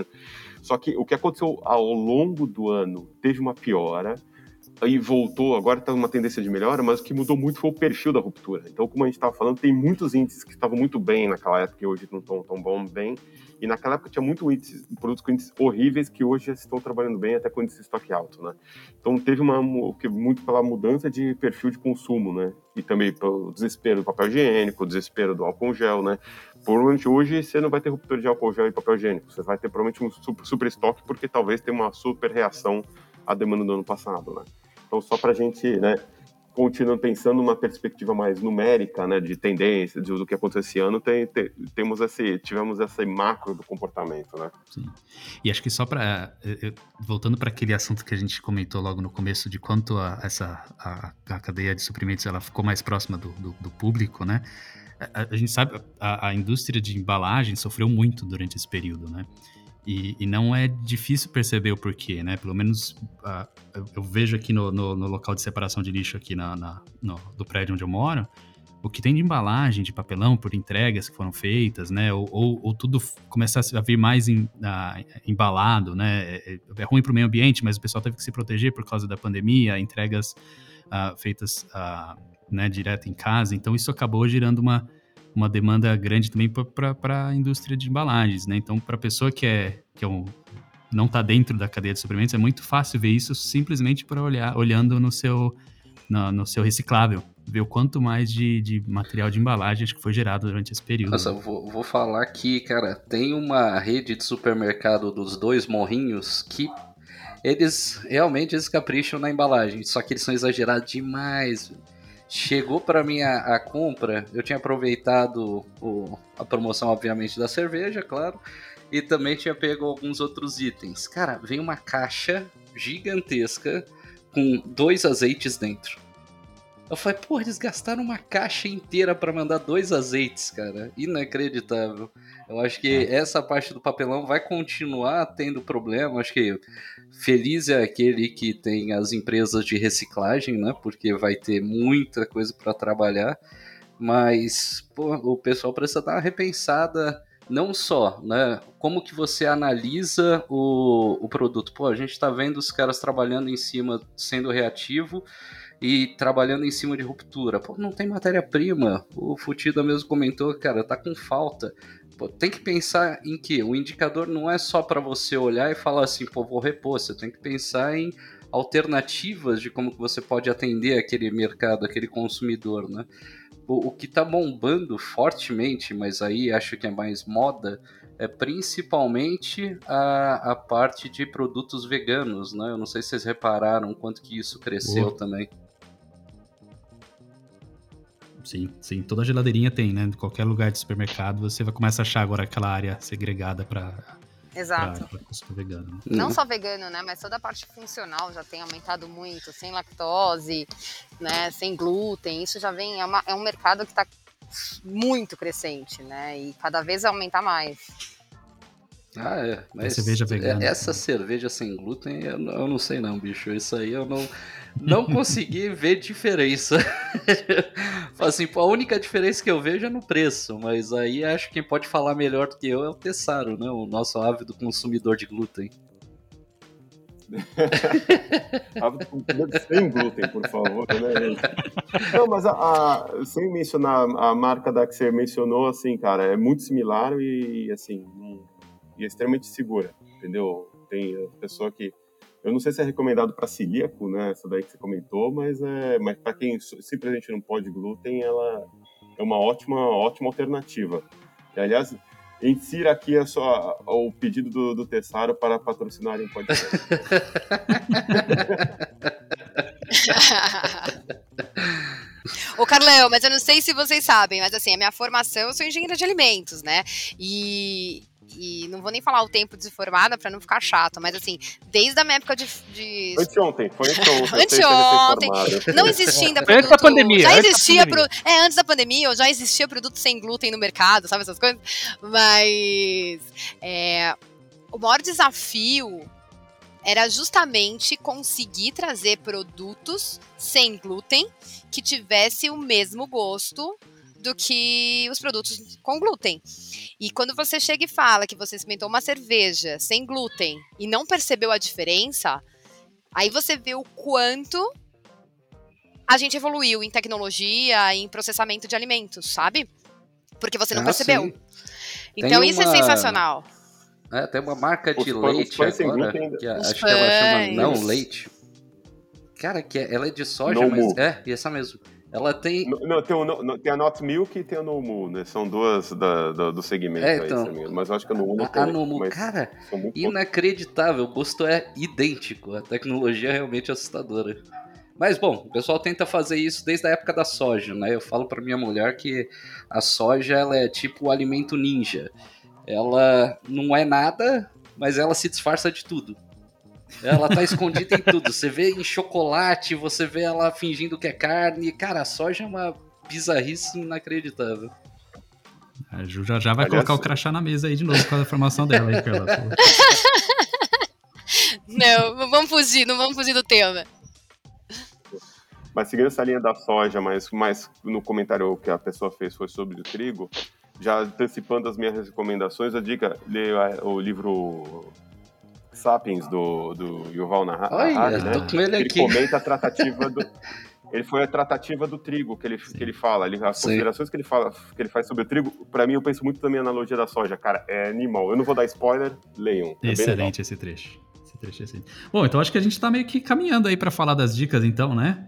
só que o que aconteceu ao longo do ano teve uma piora, aí voltou, agora está uma tendência de melhora, mas o que mudou muito foi o perfil da ruptura. Então, como a gente estava falando, tem muitos índices que estavam muito bem naquela época e hoje não estão tão bem. E naquela época tinha produtos com índices horríveis que hoje já estão trabalhando bem, até com índice de estoque alto, né? Então teve muito pela mudança de perfil de consumo, né? E também pelo desespero do papel higiênico, o desespero do álcool gel, né? Provavelmente hoje você não vai ter ruptura de álcool gel e papel higiênico, você vai ter provavelmente um super estoque, porque talvez tenha uma super reação à demanda do ano passado, né? Então só para a gente, né, continuando pensando numa perspectiva mais numérica, né, de tendência, do que aconteceu esse ano, tivemos esse macro do comportamento, né? Sim. E acho que só para voltando para aquele assunto que a gente comentou logo no começo de quanto a cadeia de suprimentos ela ficou mais próxima do público, né? A gente sabe a indústria de embalagem sofreu muito durante esse período, né? E não é difícil perceber o porquê, né? Pelo menos eu vejo aqui no local de separação de lixo aqui do prédio onde eu moro, o que tem de embalagem, de papelão por entregas que foram feitas, né? Ou tudo começar a vir mais embalado, né? É ruim para o meio ambiente, mas o pessoal teve que se proteger por causa da pandemia, entregas feitas né, direto em casa. Então isso acabou gerando uma demanda grande também para a indústria de embalagens, né? Então, para a pessoa que não está dentro da cadeia de suprimentos, é muito fácil ver isso simplesmente olhando no seu reciclável, ver o quanto mais de material de embalagem acho que foi gerado durante esse período. Nossa, vou falar que, cara, tem uma rede de supermercado dos Dois Morrinhos que eles realmente capricham na embalagem, só que eles são exagerados demais. Chegou para mim a compra, eu tinha aproveitado a promoção, obviamente, da cerveja, claro, e também tinha pego alguns outros itens. Cara, veio uma caixa gigantesca com 2 azeites dentro. Eu falei, pô, eles gastaram uma caixa inteira para mandar 2 azeites, cara. Inacreditável. Eu acho que essa parte do papelão vai continuar tendo problema. Acho que feliz é aquele que tem as empresas de reciclagem, né? Porque vai ter muita coisa para trabalhar. Mas, pô, o pessoal precisa dar uma repensada. Não só, né? Como que você analisa o produto? Pô, a gente tá vendo os caras trabalhando em cima, sendo reativo e trabalhando em cima de ruptura. Pô, não tem matéria-prima. O Futida mesmo comentou, cara, tá com falta. Pô, tem que pensar em que o indicador não é só para você olhar e falar assim, pô, vou repor. Você tem que pensar em alternativas de como que você pode atender aquele mercado, aquele consumidor, né? O que tá bombando fortemente, mas aí acho que é mais moda, é principalmente a parte de produtos veganos, né? Eu não sei se vocês repararam quanto que isso cresceu também. Sim, toda geladeirinha tem, né? Em qualquer lugar de supermercado você vai começar a achar agora aquela área segregada para consumo vegano. Não só vegano, né? Mas toda a parte funcional já tem aumentado muito, sem lactose, né? Sem glúten. Isso já vem, é um mercado que está muito crescente, né? E cada vez vai aumentar mais. Mas cerveja vegana. Essa cerveja sem glúten, eu não sei não, bicho. Isso aí eu não consegui ver diferença. Assim, a única diferença que eu vejo é no preço, mas aí acho que quem pode falar melhor do que eu é o Tessaro, né? O nosso ávido consumidor de glúten. Sem glúten, por favor, né? Não, mas sem mencionar a marca que você mencionou, assim, cara, é muito similar e assim, e é extremamente segura, entendeu? Tem a pessoa que, eu não sei se é recomendado para celíaco, né? Essa daí que você comentou, mas para quem simplesmente não pode glúten, ela é uma ótima alternativa. E, aliás, insira aqui o pedido do Tessaro para patrocinarem o podcast. Ô, Carlão, mas eu não sei se vocês sabem, mas assim, a minha formação, eu sou engenheira de alimentos, né? E não vou nem falar o tempo de formada pra não ficar chato, mas assim, desde a minha época de... Anteontem. Anteontem. Não existia ainda produto... Antes da pandemia. Já existia... antes da pandemia, já existia produto sem glúten no mercado, sabe essas coisas? Mas... o maior desafio era justamente conseguir trazer produtos sem glúten que tivesse o mesmo gosto do que os produtos com glúten. E quando você chega e fala que você experimentou uma cerveja sem glúten e não percebeu a diferença, aí você vê o quanto a gente evoluiu em tecnologia, em processamento de alimentos, sabe? Porque você não percebeu. Sim. Então isso é sensacional. Tem uma marca de leite agora, que acho que ela chama Não Leite. Cara, ela é de soja, mas... essa mesmo. Ela tem... Tem a Not Milk e tem a Nomu, né? São duas do segmento aí, mas eu acho que a Nomu não tem. A Nomu, cara, inacreditável. O gosto é idêntico. A tecnologia é realmente assustadora. Mas, bom, o pessoal tenta fazer isso desde a época da soja, né? Eu falo pra minha mulher que a soja, ela é tipo o alimento ninja. Ela não é nada, mas ela se disfarça de tudo. Ela tá escondida em tudo. Você vê em chocolate, você vê ela fingindo que é carne. Cara, a soja é uma bizarrice inacreditável. A Ju já vai colocar o crachá na mesa aí de novo com a formação dela, hein, Carla? Não vamos fugir do tema. Mas seguindo essa linha da soja, mas no comentário que a pessoa fez foi sobre o trigo, já antecipando as minhas recomendações, a dica, ler o livro Sapiens, do Yuval Harari, né? Ele comenta a tratativa do... Ele foi a tratativa do trigo que ele fala, as considerações que ele faz sobre o trigo. Para mim, eu penso muito também na analogia da soja, cara, é animal. Eu não vou dar spoiler, leiam. Excelente esse trecho. Bom, então acho que a gente tá meio que caminhando aí para falar das dicas, então, né?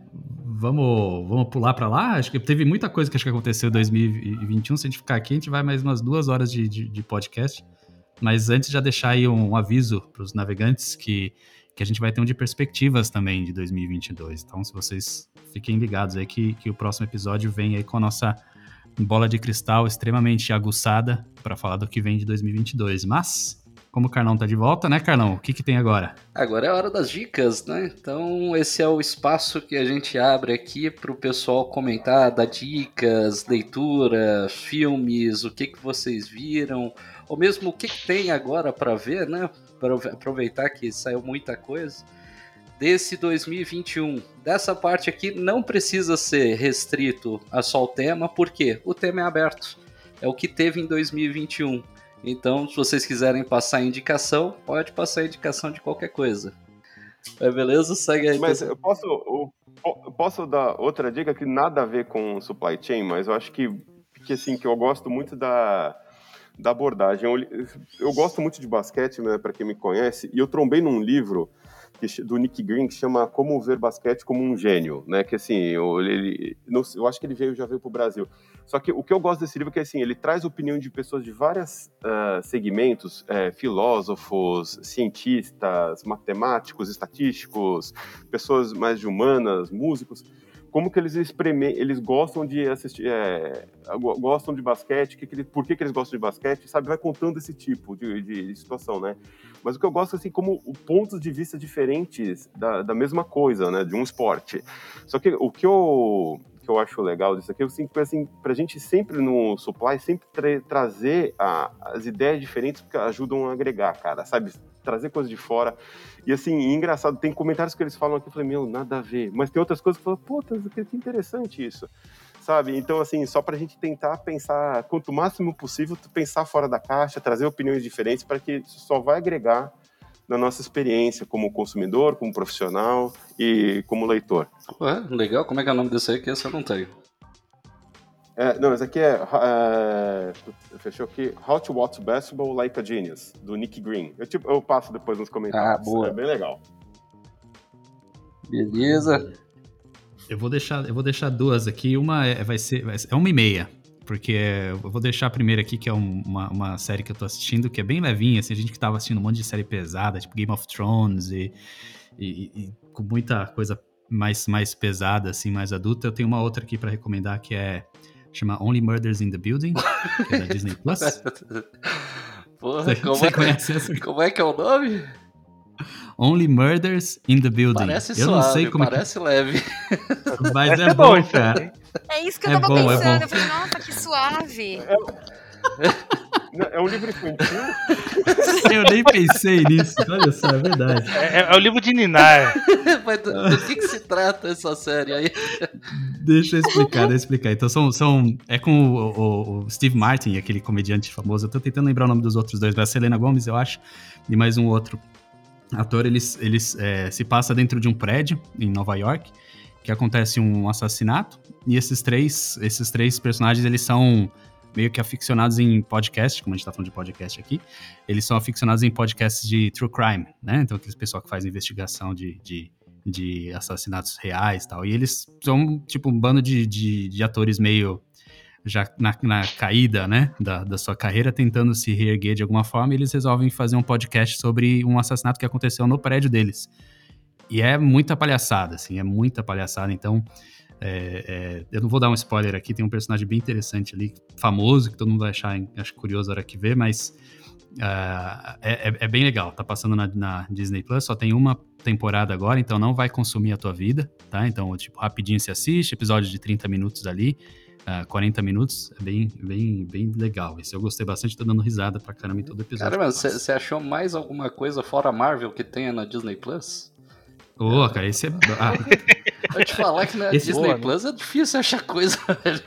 Vamos pular para lá? Acho que teve muita coisa que aconteceu em 2021. Se a gente ficar aqui, a gente vai mais umas 2 horas de podcast. Mas antes, já deixar aí um aviso para os navegantes que a gente vai ter um de perspectivas também de 2022. Então, se vocês fiquem ligados aí que o próximo episódio vem aí com a nossa bola de cristal extremamente aguçada para falar do que vem de 2022. Mas, como o Carlão tá de volta, né, Carlão? O que tem agora? Agora é a hora das dicas, né? Então, esse é o espaço que a gente abre aqui para o pessoal comentar, dar dicas, leitura, filmes, o que vocês viram, ou mesmo o que tem agora para ver, né? Para aproveitar que saiu muita coisa desse 2021. Dessa parte aqui não precisa ser restrito a só o tema, porque o tema é aberto. É o que teve em 2021. Então, se vocês quiserem passar a indicação, pode passar a indicação de qualquer coisa. Beleza? Segue aí. Mas eu posso dar outra dica que nada a ver com supply chain, mas eu acho que eu gosto muito da abordagem. Eu gosto muito de basquete, né, para quem me conhece, e eu trombei num livro do Nick Green que chama Como Ver Basquete como um Gênio, né, que assim, eu acho que ele já veio pro Brasil. Só que o que eu gosto desse livro é que assim, ele traz opinião de pessoas de vários segmentos, filósofos, cientistas, matemáticos, estatísticos, pessoas mais de humanas, músicos, como que eles gostam de assistir, gostam de basquete, por que eles gostam de basquete, sabe? Vai contando esse tipo de situação, né? Mas o que eu gosto, assim, como pontos de vista diferentes da mesma coisa, né? De um esporte. Só que o que que eu acho legal disso aqui, eu sinto que, assim, pra gente sempre no supply, sempre trazer as ideias diferentes que ajudam a agregar, cara, sabe? Trazer coisas de fora. E, assim, engraçado, tem comentários que eles falam aqui, eu falei, meu, nada a ver. Mas tem outras coisas que eu falo, puta, que interessante isso, sabe? Então, assim, só pra gente tentar pensar, quanto máximo possível, pensar fora da caixa, trazer opiniões diferentes, para que isso só vai agregar na nossa experiência como consumidor, como profissional e como leitor. Ué, legal, como é que é o nome desse aí? Que esse eu não tenho. Não, esse aqui fechou aqui, How to Watch Basketball Like a Genius, do Nick Green. Eu passo depois nos comentários. Boa. É bem legal. Beleza. Eu vou deixar duas aqui, uma vai ser 1h30, porque eu vou deixar a primeira aqui, que é uma série que eu tô assistindo, que é bem levinha, assim, a gente que tava assistindo um monte de série pesada, tipo Game of Thrones e com muita coisa mais pesada, assim, mais adulta. Eu tenho uma outra aqui pra recomendar, que chama Only Murders in the Building, que é da Disney Plus. Porra, Você conhece essa? Como é que é o nome? Only Murders in the Building. Parece eu suave, não sei como parece leve. Mas é bom, cara. É isso que eu tava bom, pensando. Eu falei, nossa, que suave. É um livro infantil? Eu nem pensei nisso, olha só, é verdade. É o livro de Ninar. Mas do que se trata essa série aí? Deixa eu explicar. Então é com o Steve Martin, aquele comediante famoso. Eu tô tentando lembrar o nome dos outros dois, mas a Selena Gomez, eu acho, e mais um outro ator. Eles se passa dentro de um prédio em Nova York, que acontece um assassinato, e esses três personagens, eles são meio que aficionados em podcast, como a gente tá falando de podcast aqui, eles são aficionados em podcasts de true crime, né? Então aqueles pessoal que faz investigação de assassinatos reais e tal. E eles são tipo um bando de atores meio já na caída, né, da sua carreira, tentando se reerguer de alguma forma, e eles resolvem fazer um podcast sobre um assassinato que aconteceu no prédio deles. E é muita palhaçada, assim, então eu não vou dar um spoiler aqui, tem um personagem bem interessante ali, famoso, que todo mundo vai achar acho curioso a hora que vê, mas é bem legal, tá passando na Disney Plus, só tem uma temporada agora, então não vai consumir a tua vida, tá? Então, tipo, rapidinho se assiste, episódio de 30 minutos ali, 40 minutos, é bem legal. Esse eu gostei bastante, tô dando risada pra caramba em todo episódio. Caramba, você achou mais alguma coisa fora Marvel que tenha na Disney Plus? Cara, esse é... Eu te falar que na Disney Plus é difícil achar coisa.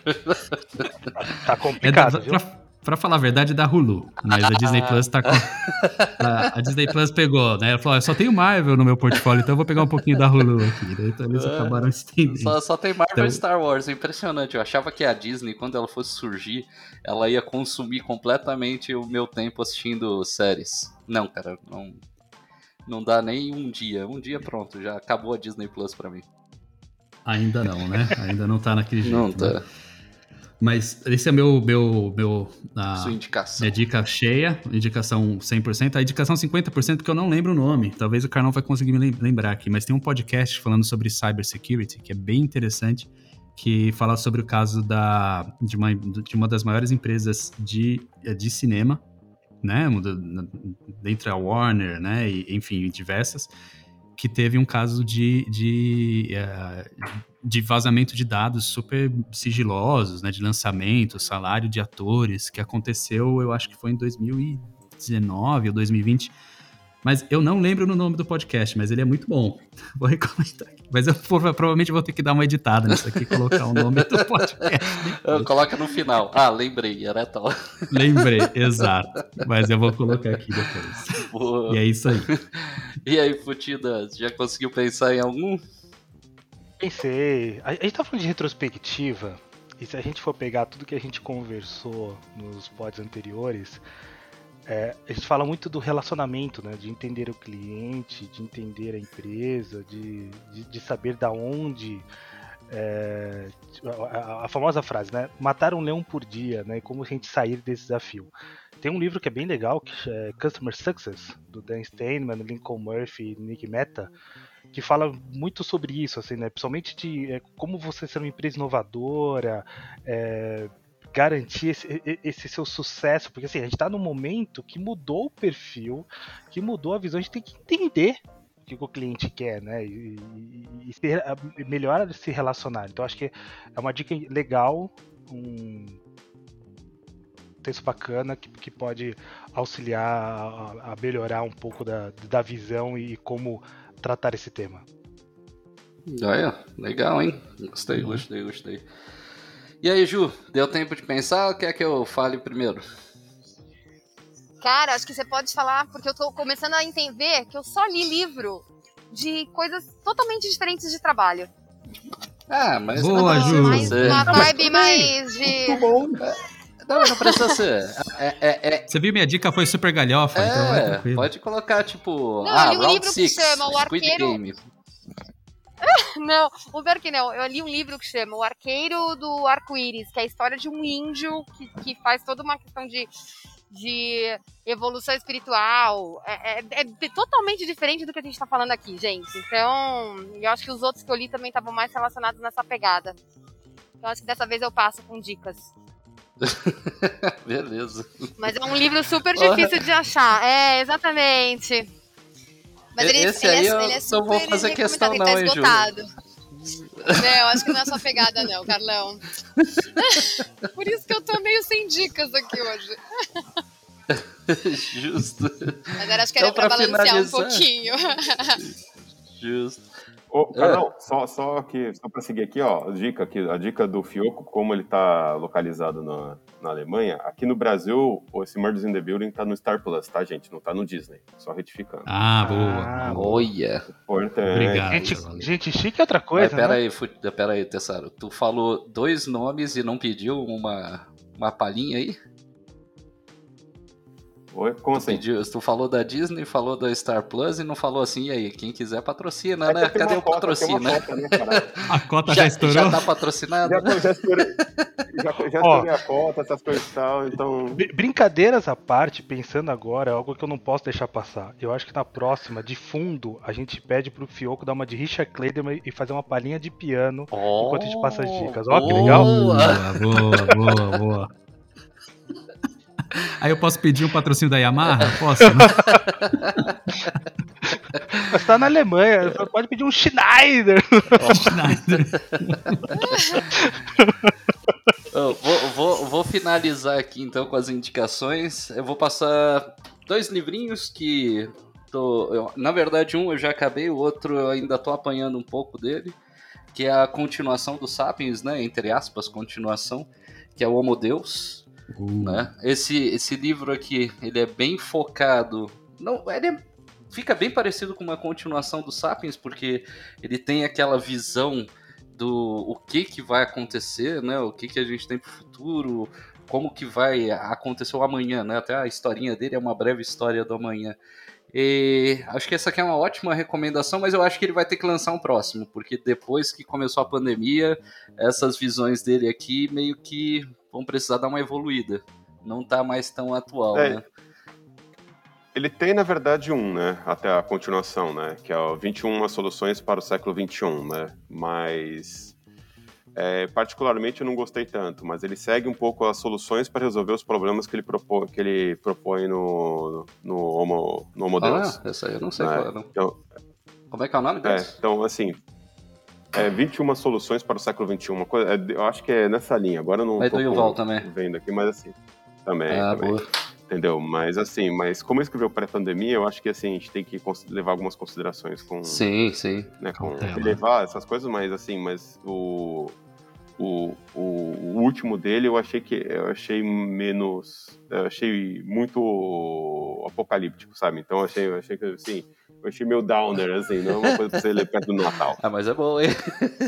Tá complicado, viu? Pra falar a verdade, é da Hulu, mas a Disney Plus tá com... A Disney Plus pegou, né? Ela falou, eu só tenho Marvel no meu portfólio, então eu vou pegar um pouquinho da Hulu aqui. Então eles acabaram estendendo. Só tem Marvel e Star Wars, é impressionante. Eu achava que a Disney, quando ela fosse surgir, ela ia consumir completamente o meu tempo assistindo séries. Não, cara, não dá nem um dia. Um dia pronto, já acabou a Disney Plus pra mim. Ainda não, né? Ainda não tá naquele jeito. Não tá. Né? Mas esse é Sua indicação. Minha dica cheia, indicação 100%. A indicação 50% porque eu não lembro o nome. Talvez o Carlão vai conseguir me lembrar aqui. Mas tem um podcast falando sobre cybersecurity, que é bem interessante, que fala sobre o caso de uma das maiores empresas de cinema, né? Dentre a Warner, né? E, enfim, diversas, que teve um caso de vazamento de dados super sigilosos, né, de lançamento, salário de atores, que aconteceu, eu acho que foi em 2019 ou 2020, mas eu não lembro no nome do podcast, mas ele é muito bom, vou recomendar aqui. Mas eu provavelmente vou ter que dar uma editada nisso aqui e colocar o nome do podcast. Coloca no final. Lembrei, era tal. Lembrei, exato. Mas eu vou colocar aqui depois. Boa. E é isso aí. E aí, Futida, já conseguiu pensar em algum? Pensei. A gente tá falando de retrospectiva, e se a gente for pegar tudo que a gente conversou nos pods anteriores, a gente fala muito do relacionamento, né? De entender o cliente, de entender a empresa, de saber da onde... a famosa frase, né? Matar um leão por dia, né? E como a gente sair desse desafio. Tem um livro que é bem legal, que é Customer Success, do Dan Steinman, Lincoln Murphy e Nick Mehta, que fala muito sobre isso, assim, né? Principalmente de como você ser uma empresa inovadora, garantir esse seu sucesso, porque assim, a gente está num momento que mudou o perfil, que mudou a visão, a gente tem que entender que o cliente quer, né? Melhor se relacionar. Então acho que é uma dica legal, um texto bacana que pode auxiliar a melhorar um pouco da visão e como tratar esse tema. Legal, hein? Gostei. E aí, Ju, deu tempo de pensar ou quer que eu fale primeiro? Cara, acho que você pode falar, porque eu tô começando a entender que eu só li livro de coisas totalmente diferentes de trabalho. Mas boa, Ju. Uma vibe mais de... Muito bom. Não precisa ser. Você viu, minha dica foi super galhofa, então vai tranquilo. Pode colocar, tipo... Não, eu li um Round livro que 6, chama O Squid Arqueiro... Game. Não, o pior que não. Eu li um livro que chama O Arqueiro do Arco-Íris, que é a história de um índio que faz toda uma questão de evolução espiritual. É totalmente diferente do que a gente tá falando aqui, gente. Então, eu acho que os outros que eu li também estavam mais relacionados nessa pegada. Então, acho que dessa vez eu passo com dicas. Beleza. Mas é um livro super difícil de achar. É, exatamente. Mas ele é super... não vou fazer questão ele tá não, hein, esgotado. Não, acho que não é a sua pegada não, Carlão. Por isso que eu tô meio sem dicas aqui hoje. Justo. Mas acho que era pra balancear um pouquinho. Justo. Carlão, só para seguir aqui, ó, a dica do Fioco, como ele tá localizado na Alemanha. Aqui no Brasil, esse Murders in the Building tá no Star Plus, tá, gente? Não tá no Disney, só retificando. Boa. Olha. Importante. Obrigado. Gente chique é outra coisa, Mas pera aí, Tessaro. Tu falou 2 nomes e não pediu uma palhinha aí? Oi? Como assim? Tu falou da Disney, falou da Star Plus e não falou assim, e aí, quem quiser patrocina, né? Tem Cadê uma o patrocínio? cota, né, cara? A cota já estourou? Já tá patrocinado? Já estourei a cota, essas coisas e tal, então... Brincadeiras à parte, pensando agora, é algo que eu não posso deixar passar. Eu acho que na próxima, de fundo, a gente pede pro Fioco dar uma de Richard Clayderman e fazer uma palhinha de piano enquanto a gente passa as dicas. Ó, que legal! Boa. Aí eu posso pedir um patrocínio da Yamaha? Posso? Né? Mas tá na Alemanha, pode pedir um Schneider. Vou finalizar aqui então com as indicações. Eu vou passar 2 livrinhos que na verdade um eu já acabei, o outro eu ainda tô apanhando um pouco dele, que é a continuação do Sapiens, né, entre aspas, continuação, que é o Homo Deus. Né? Esse livro aqui, ele é bem focado, fica bem parecido com uma continuação do Sapiens, porque ele tem aquela visão do o que vai acontecer, né? O que a gente tem pro futuro, como que vai acontecer o amanhã, né? Até a historinha dele é uma breve história do amanhã. E acho que essa aqui é uma ótima recomendação, mas eu acho que ele vai ter que lançar um próximo, porque depois que começou a pandemia, essas visões dele aqui meio que vão precisar dar uma evoluída. Não tá mais tão atual, né? Ele tem, na verdade, né? Até a continuação, né? Que é o 21 Soluções para o Século XXI, né? Mas... particularmente eu não gostei tanto, mas ele segue um pouco as soluções para resolver os problemas que ele propõe no Homo Deus. Essa aí eu não sei qual é, não. Então, como é que é o nome desse? Então, assim, 21 soluções para o século XXI, uma coisa, eu acho que é nessa linha, agora eu não estou vendo aqui, mas assim, também. Boa. Entendeu? Mas assim, como eu escrevi pré-pandemia, eu acho que assim, a gente tem que levar algumas considerações com... Sim. Né, com levar essas coisas, mas assim, o último dele eu achei muito apocalíptico, sabe? Então eu achei que assim, eu achei meio downer, assim, não é uma coisa pra você ler perto do Natal. Mas é bom, hein?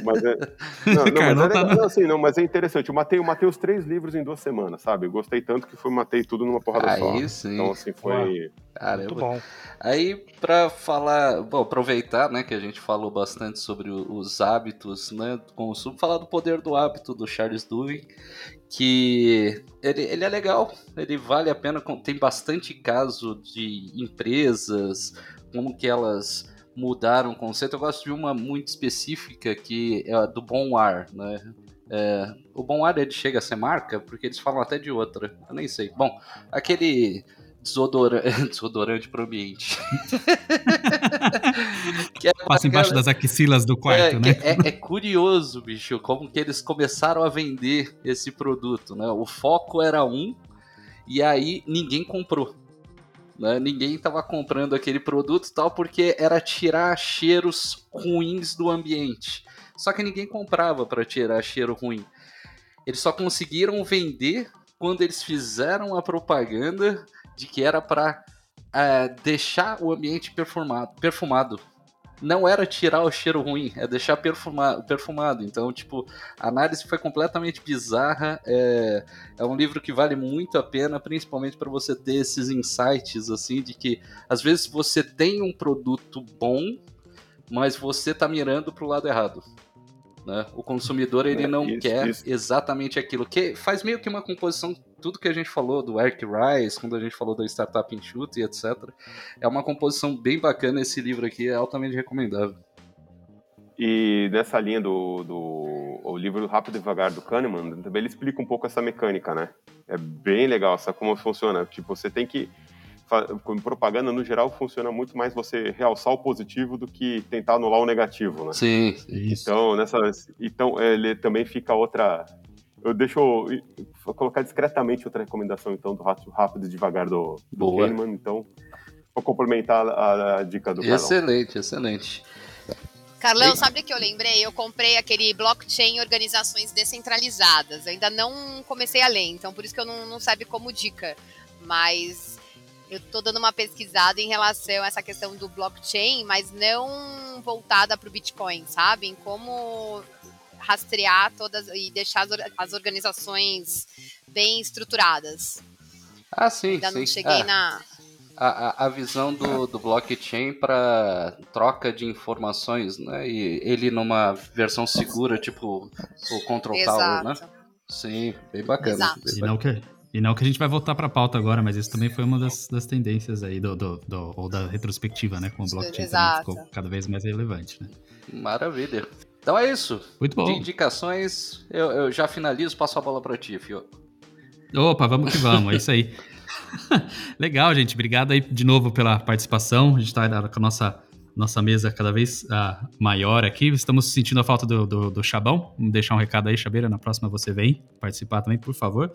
Mas é interessante. Eu matei os 3 livros em 2 semanas, sabe? Eu gostei tanto que matei tudo numa porrada só. Aí sim. Então, assim, foi... Muito bom. Aí, pra falar... Bom, aproveitar, né, que a gente falou bastante sobre os hábitos, né, do consumo, falar do Poder do Hábito, do Charles Duhigg, que ele é legal, ele vale a pena, tem bastante caso de empresas, como que elas mudaram o conceito. Eu gosto de uma muito específica que é a do Bom Ar, né? O Bom Ar ele chega a ser marca, porque eles falam até de outra, eu nem sei. Bom, aquele desodorante para o ambiente. Passa embaixo das axilas do quarto, né? É curioso, bicho, como que eles começaram a vender esse produto, né? O foco era e aí ninguém comprou. Né? Ninguém estava comprando aquele produto e tal, porque era tirar cheiros ruins do ambiente. Só que ninguém comprava para tirar cheiro ruim. Eles só conseguiram vender quando eles fizeram a propaganda de que era para deixar o ambiente perfumado. Não era tirar o cheiro ruim, é deixar perfumado. Então, tipo, a análise foi completamente bizarra. É um livro que vale muito a pena, principalmente para você ter esses insights, assim, de que às vezes você tem um produto bom, mas você tá mirando pro lado errado. Né? O consumidor, ele não quer exatamente aquilo, que faz meio que uma composição, tudo que a gente falou do Eric Rice, quando a gente falou da Startup Enxuta e etc. É uma composição bem bacana, esse livro aqui é altamente recomendável. E nessa linha o livro Rápido e Devagar do Kahneman, também ele explica um pouco essa mecânica, né? É bem legal, sabe como funciona? Tipo, você tem que... propaganda, no geral, funciona muito mais você realçar o positivo do que tentar anular o negativo, né? Sim, isso. Então ele também fica outra... Vou colocar discretamente outra recomendação, então, do Rápido e Devagar do Kahneman. Então, vou complementar a dica do Carlão. Excelente. Carlão, sabe o que eu lembrei? Eu comprei aquele Blockchain Organizações Descentralizadas. Eu ainda não comecei a ler, então por isso que eu não serve como dica. Mas eu tô dando uma pesquisada em relação a essa questão do blockchain, mas não voltada para o Bitcoin, sabe? Em como rastrear todas e deixar as organizações bem estruturadas. Sim. Ainda não cheguei na... A visão do blockchain para troca de informações, né? E ele numa versão segura, tipo o Control Tower, né? Sim, bem bacana. Exato. E não que a gente vai voltar para a pauta agora, mas isso também foi uma das tendências aí ou da retrospectiva, né? Com o blockchain também ficou cada vez mais relevante, né? Maravilha. Então é isso. Muito bom. De indicações, eu já finalizo, passo a bola para ti, Fio. Opa, vamos que vamos, é isso aí. Legal, gente. Obrigado aí de novo pela participação. A gente está com a nossa mesa cada vez maior aqui. Estamos sentindo a falta do Chabão. Vamos deixar um recado aí, Chabeira. Na próxima você vem participar também, por favor.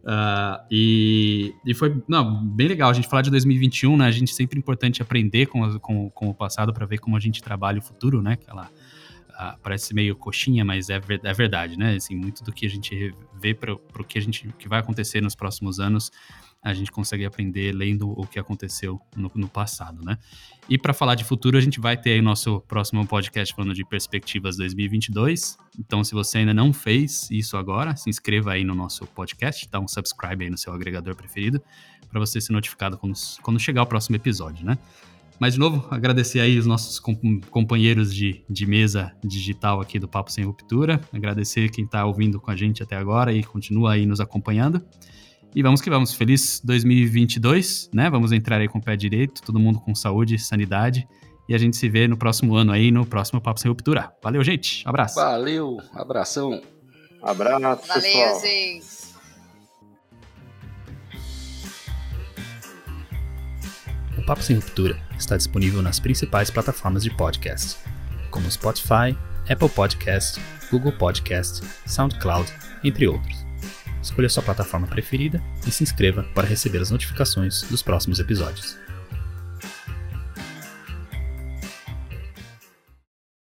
E foi bem legal a gente falar de 2021, né? A gente sempre é importante aprender com o passado para ver como a gente trabalha o futuro, né? Parece meio coxinha, mas é verdade, né? Assim, muito do que a gente vê para o que vai acontecer nos próximos anos, a gente consegue aprender lendo o que aconteceu no passado, né? E para falar de futuro, a gente vai ter aí o nosso próximo podcast falando de perspectivas 2022. Então, se você ainda não fez isso agora, se inscreva aí no nosso podcast, dá um subscribe aí no seu agregador preferido, para você ser notificado quando chegar o próximo episódio, né? Mas, de novo, agradecer aí os nossos companheiros de mesa digital aqui do Papo Sem Ruptura, agradecer quem está ouvindo com a gente até agora e continua aí nos acompanhando. E vamos que vamos. Feliz 2022, né? Vamos entrar aí com o pé direito, todo mundo com saúde, sanidade. E a gente se vê no próximo ano aí, no próximo Papo Sem Ruptura. Valeu, gente. Abraço. Valeu. Abração. Abraço, valeu, pessoal. Gente. O Papo Sem Ruptura está disponível nas principais plataformas de podcast, como Spotify, Apple Podcast, Google Podcast, SoundCloud, entre outros. Escolha sua plataforma preferida e se inscreva para receber as notificações dos próximos episódios.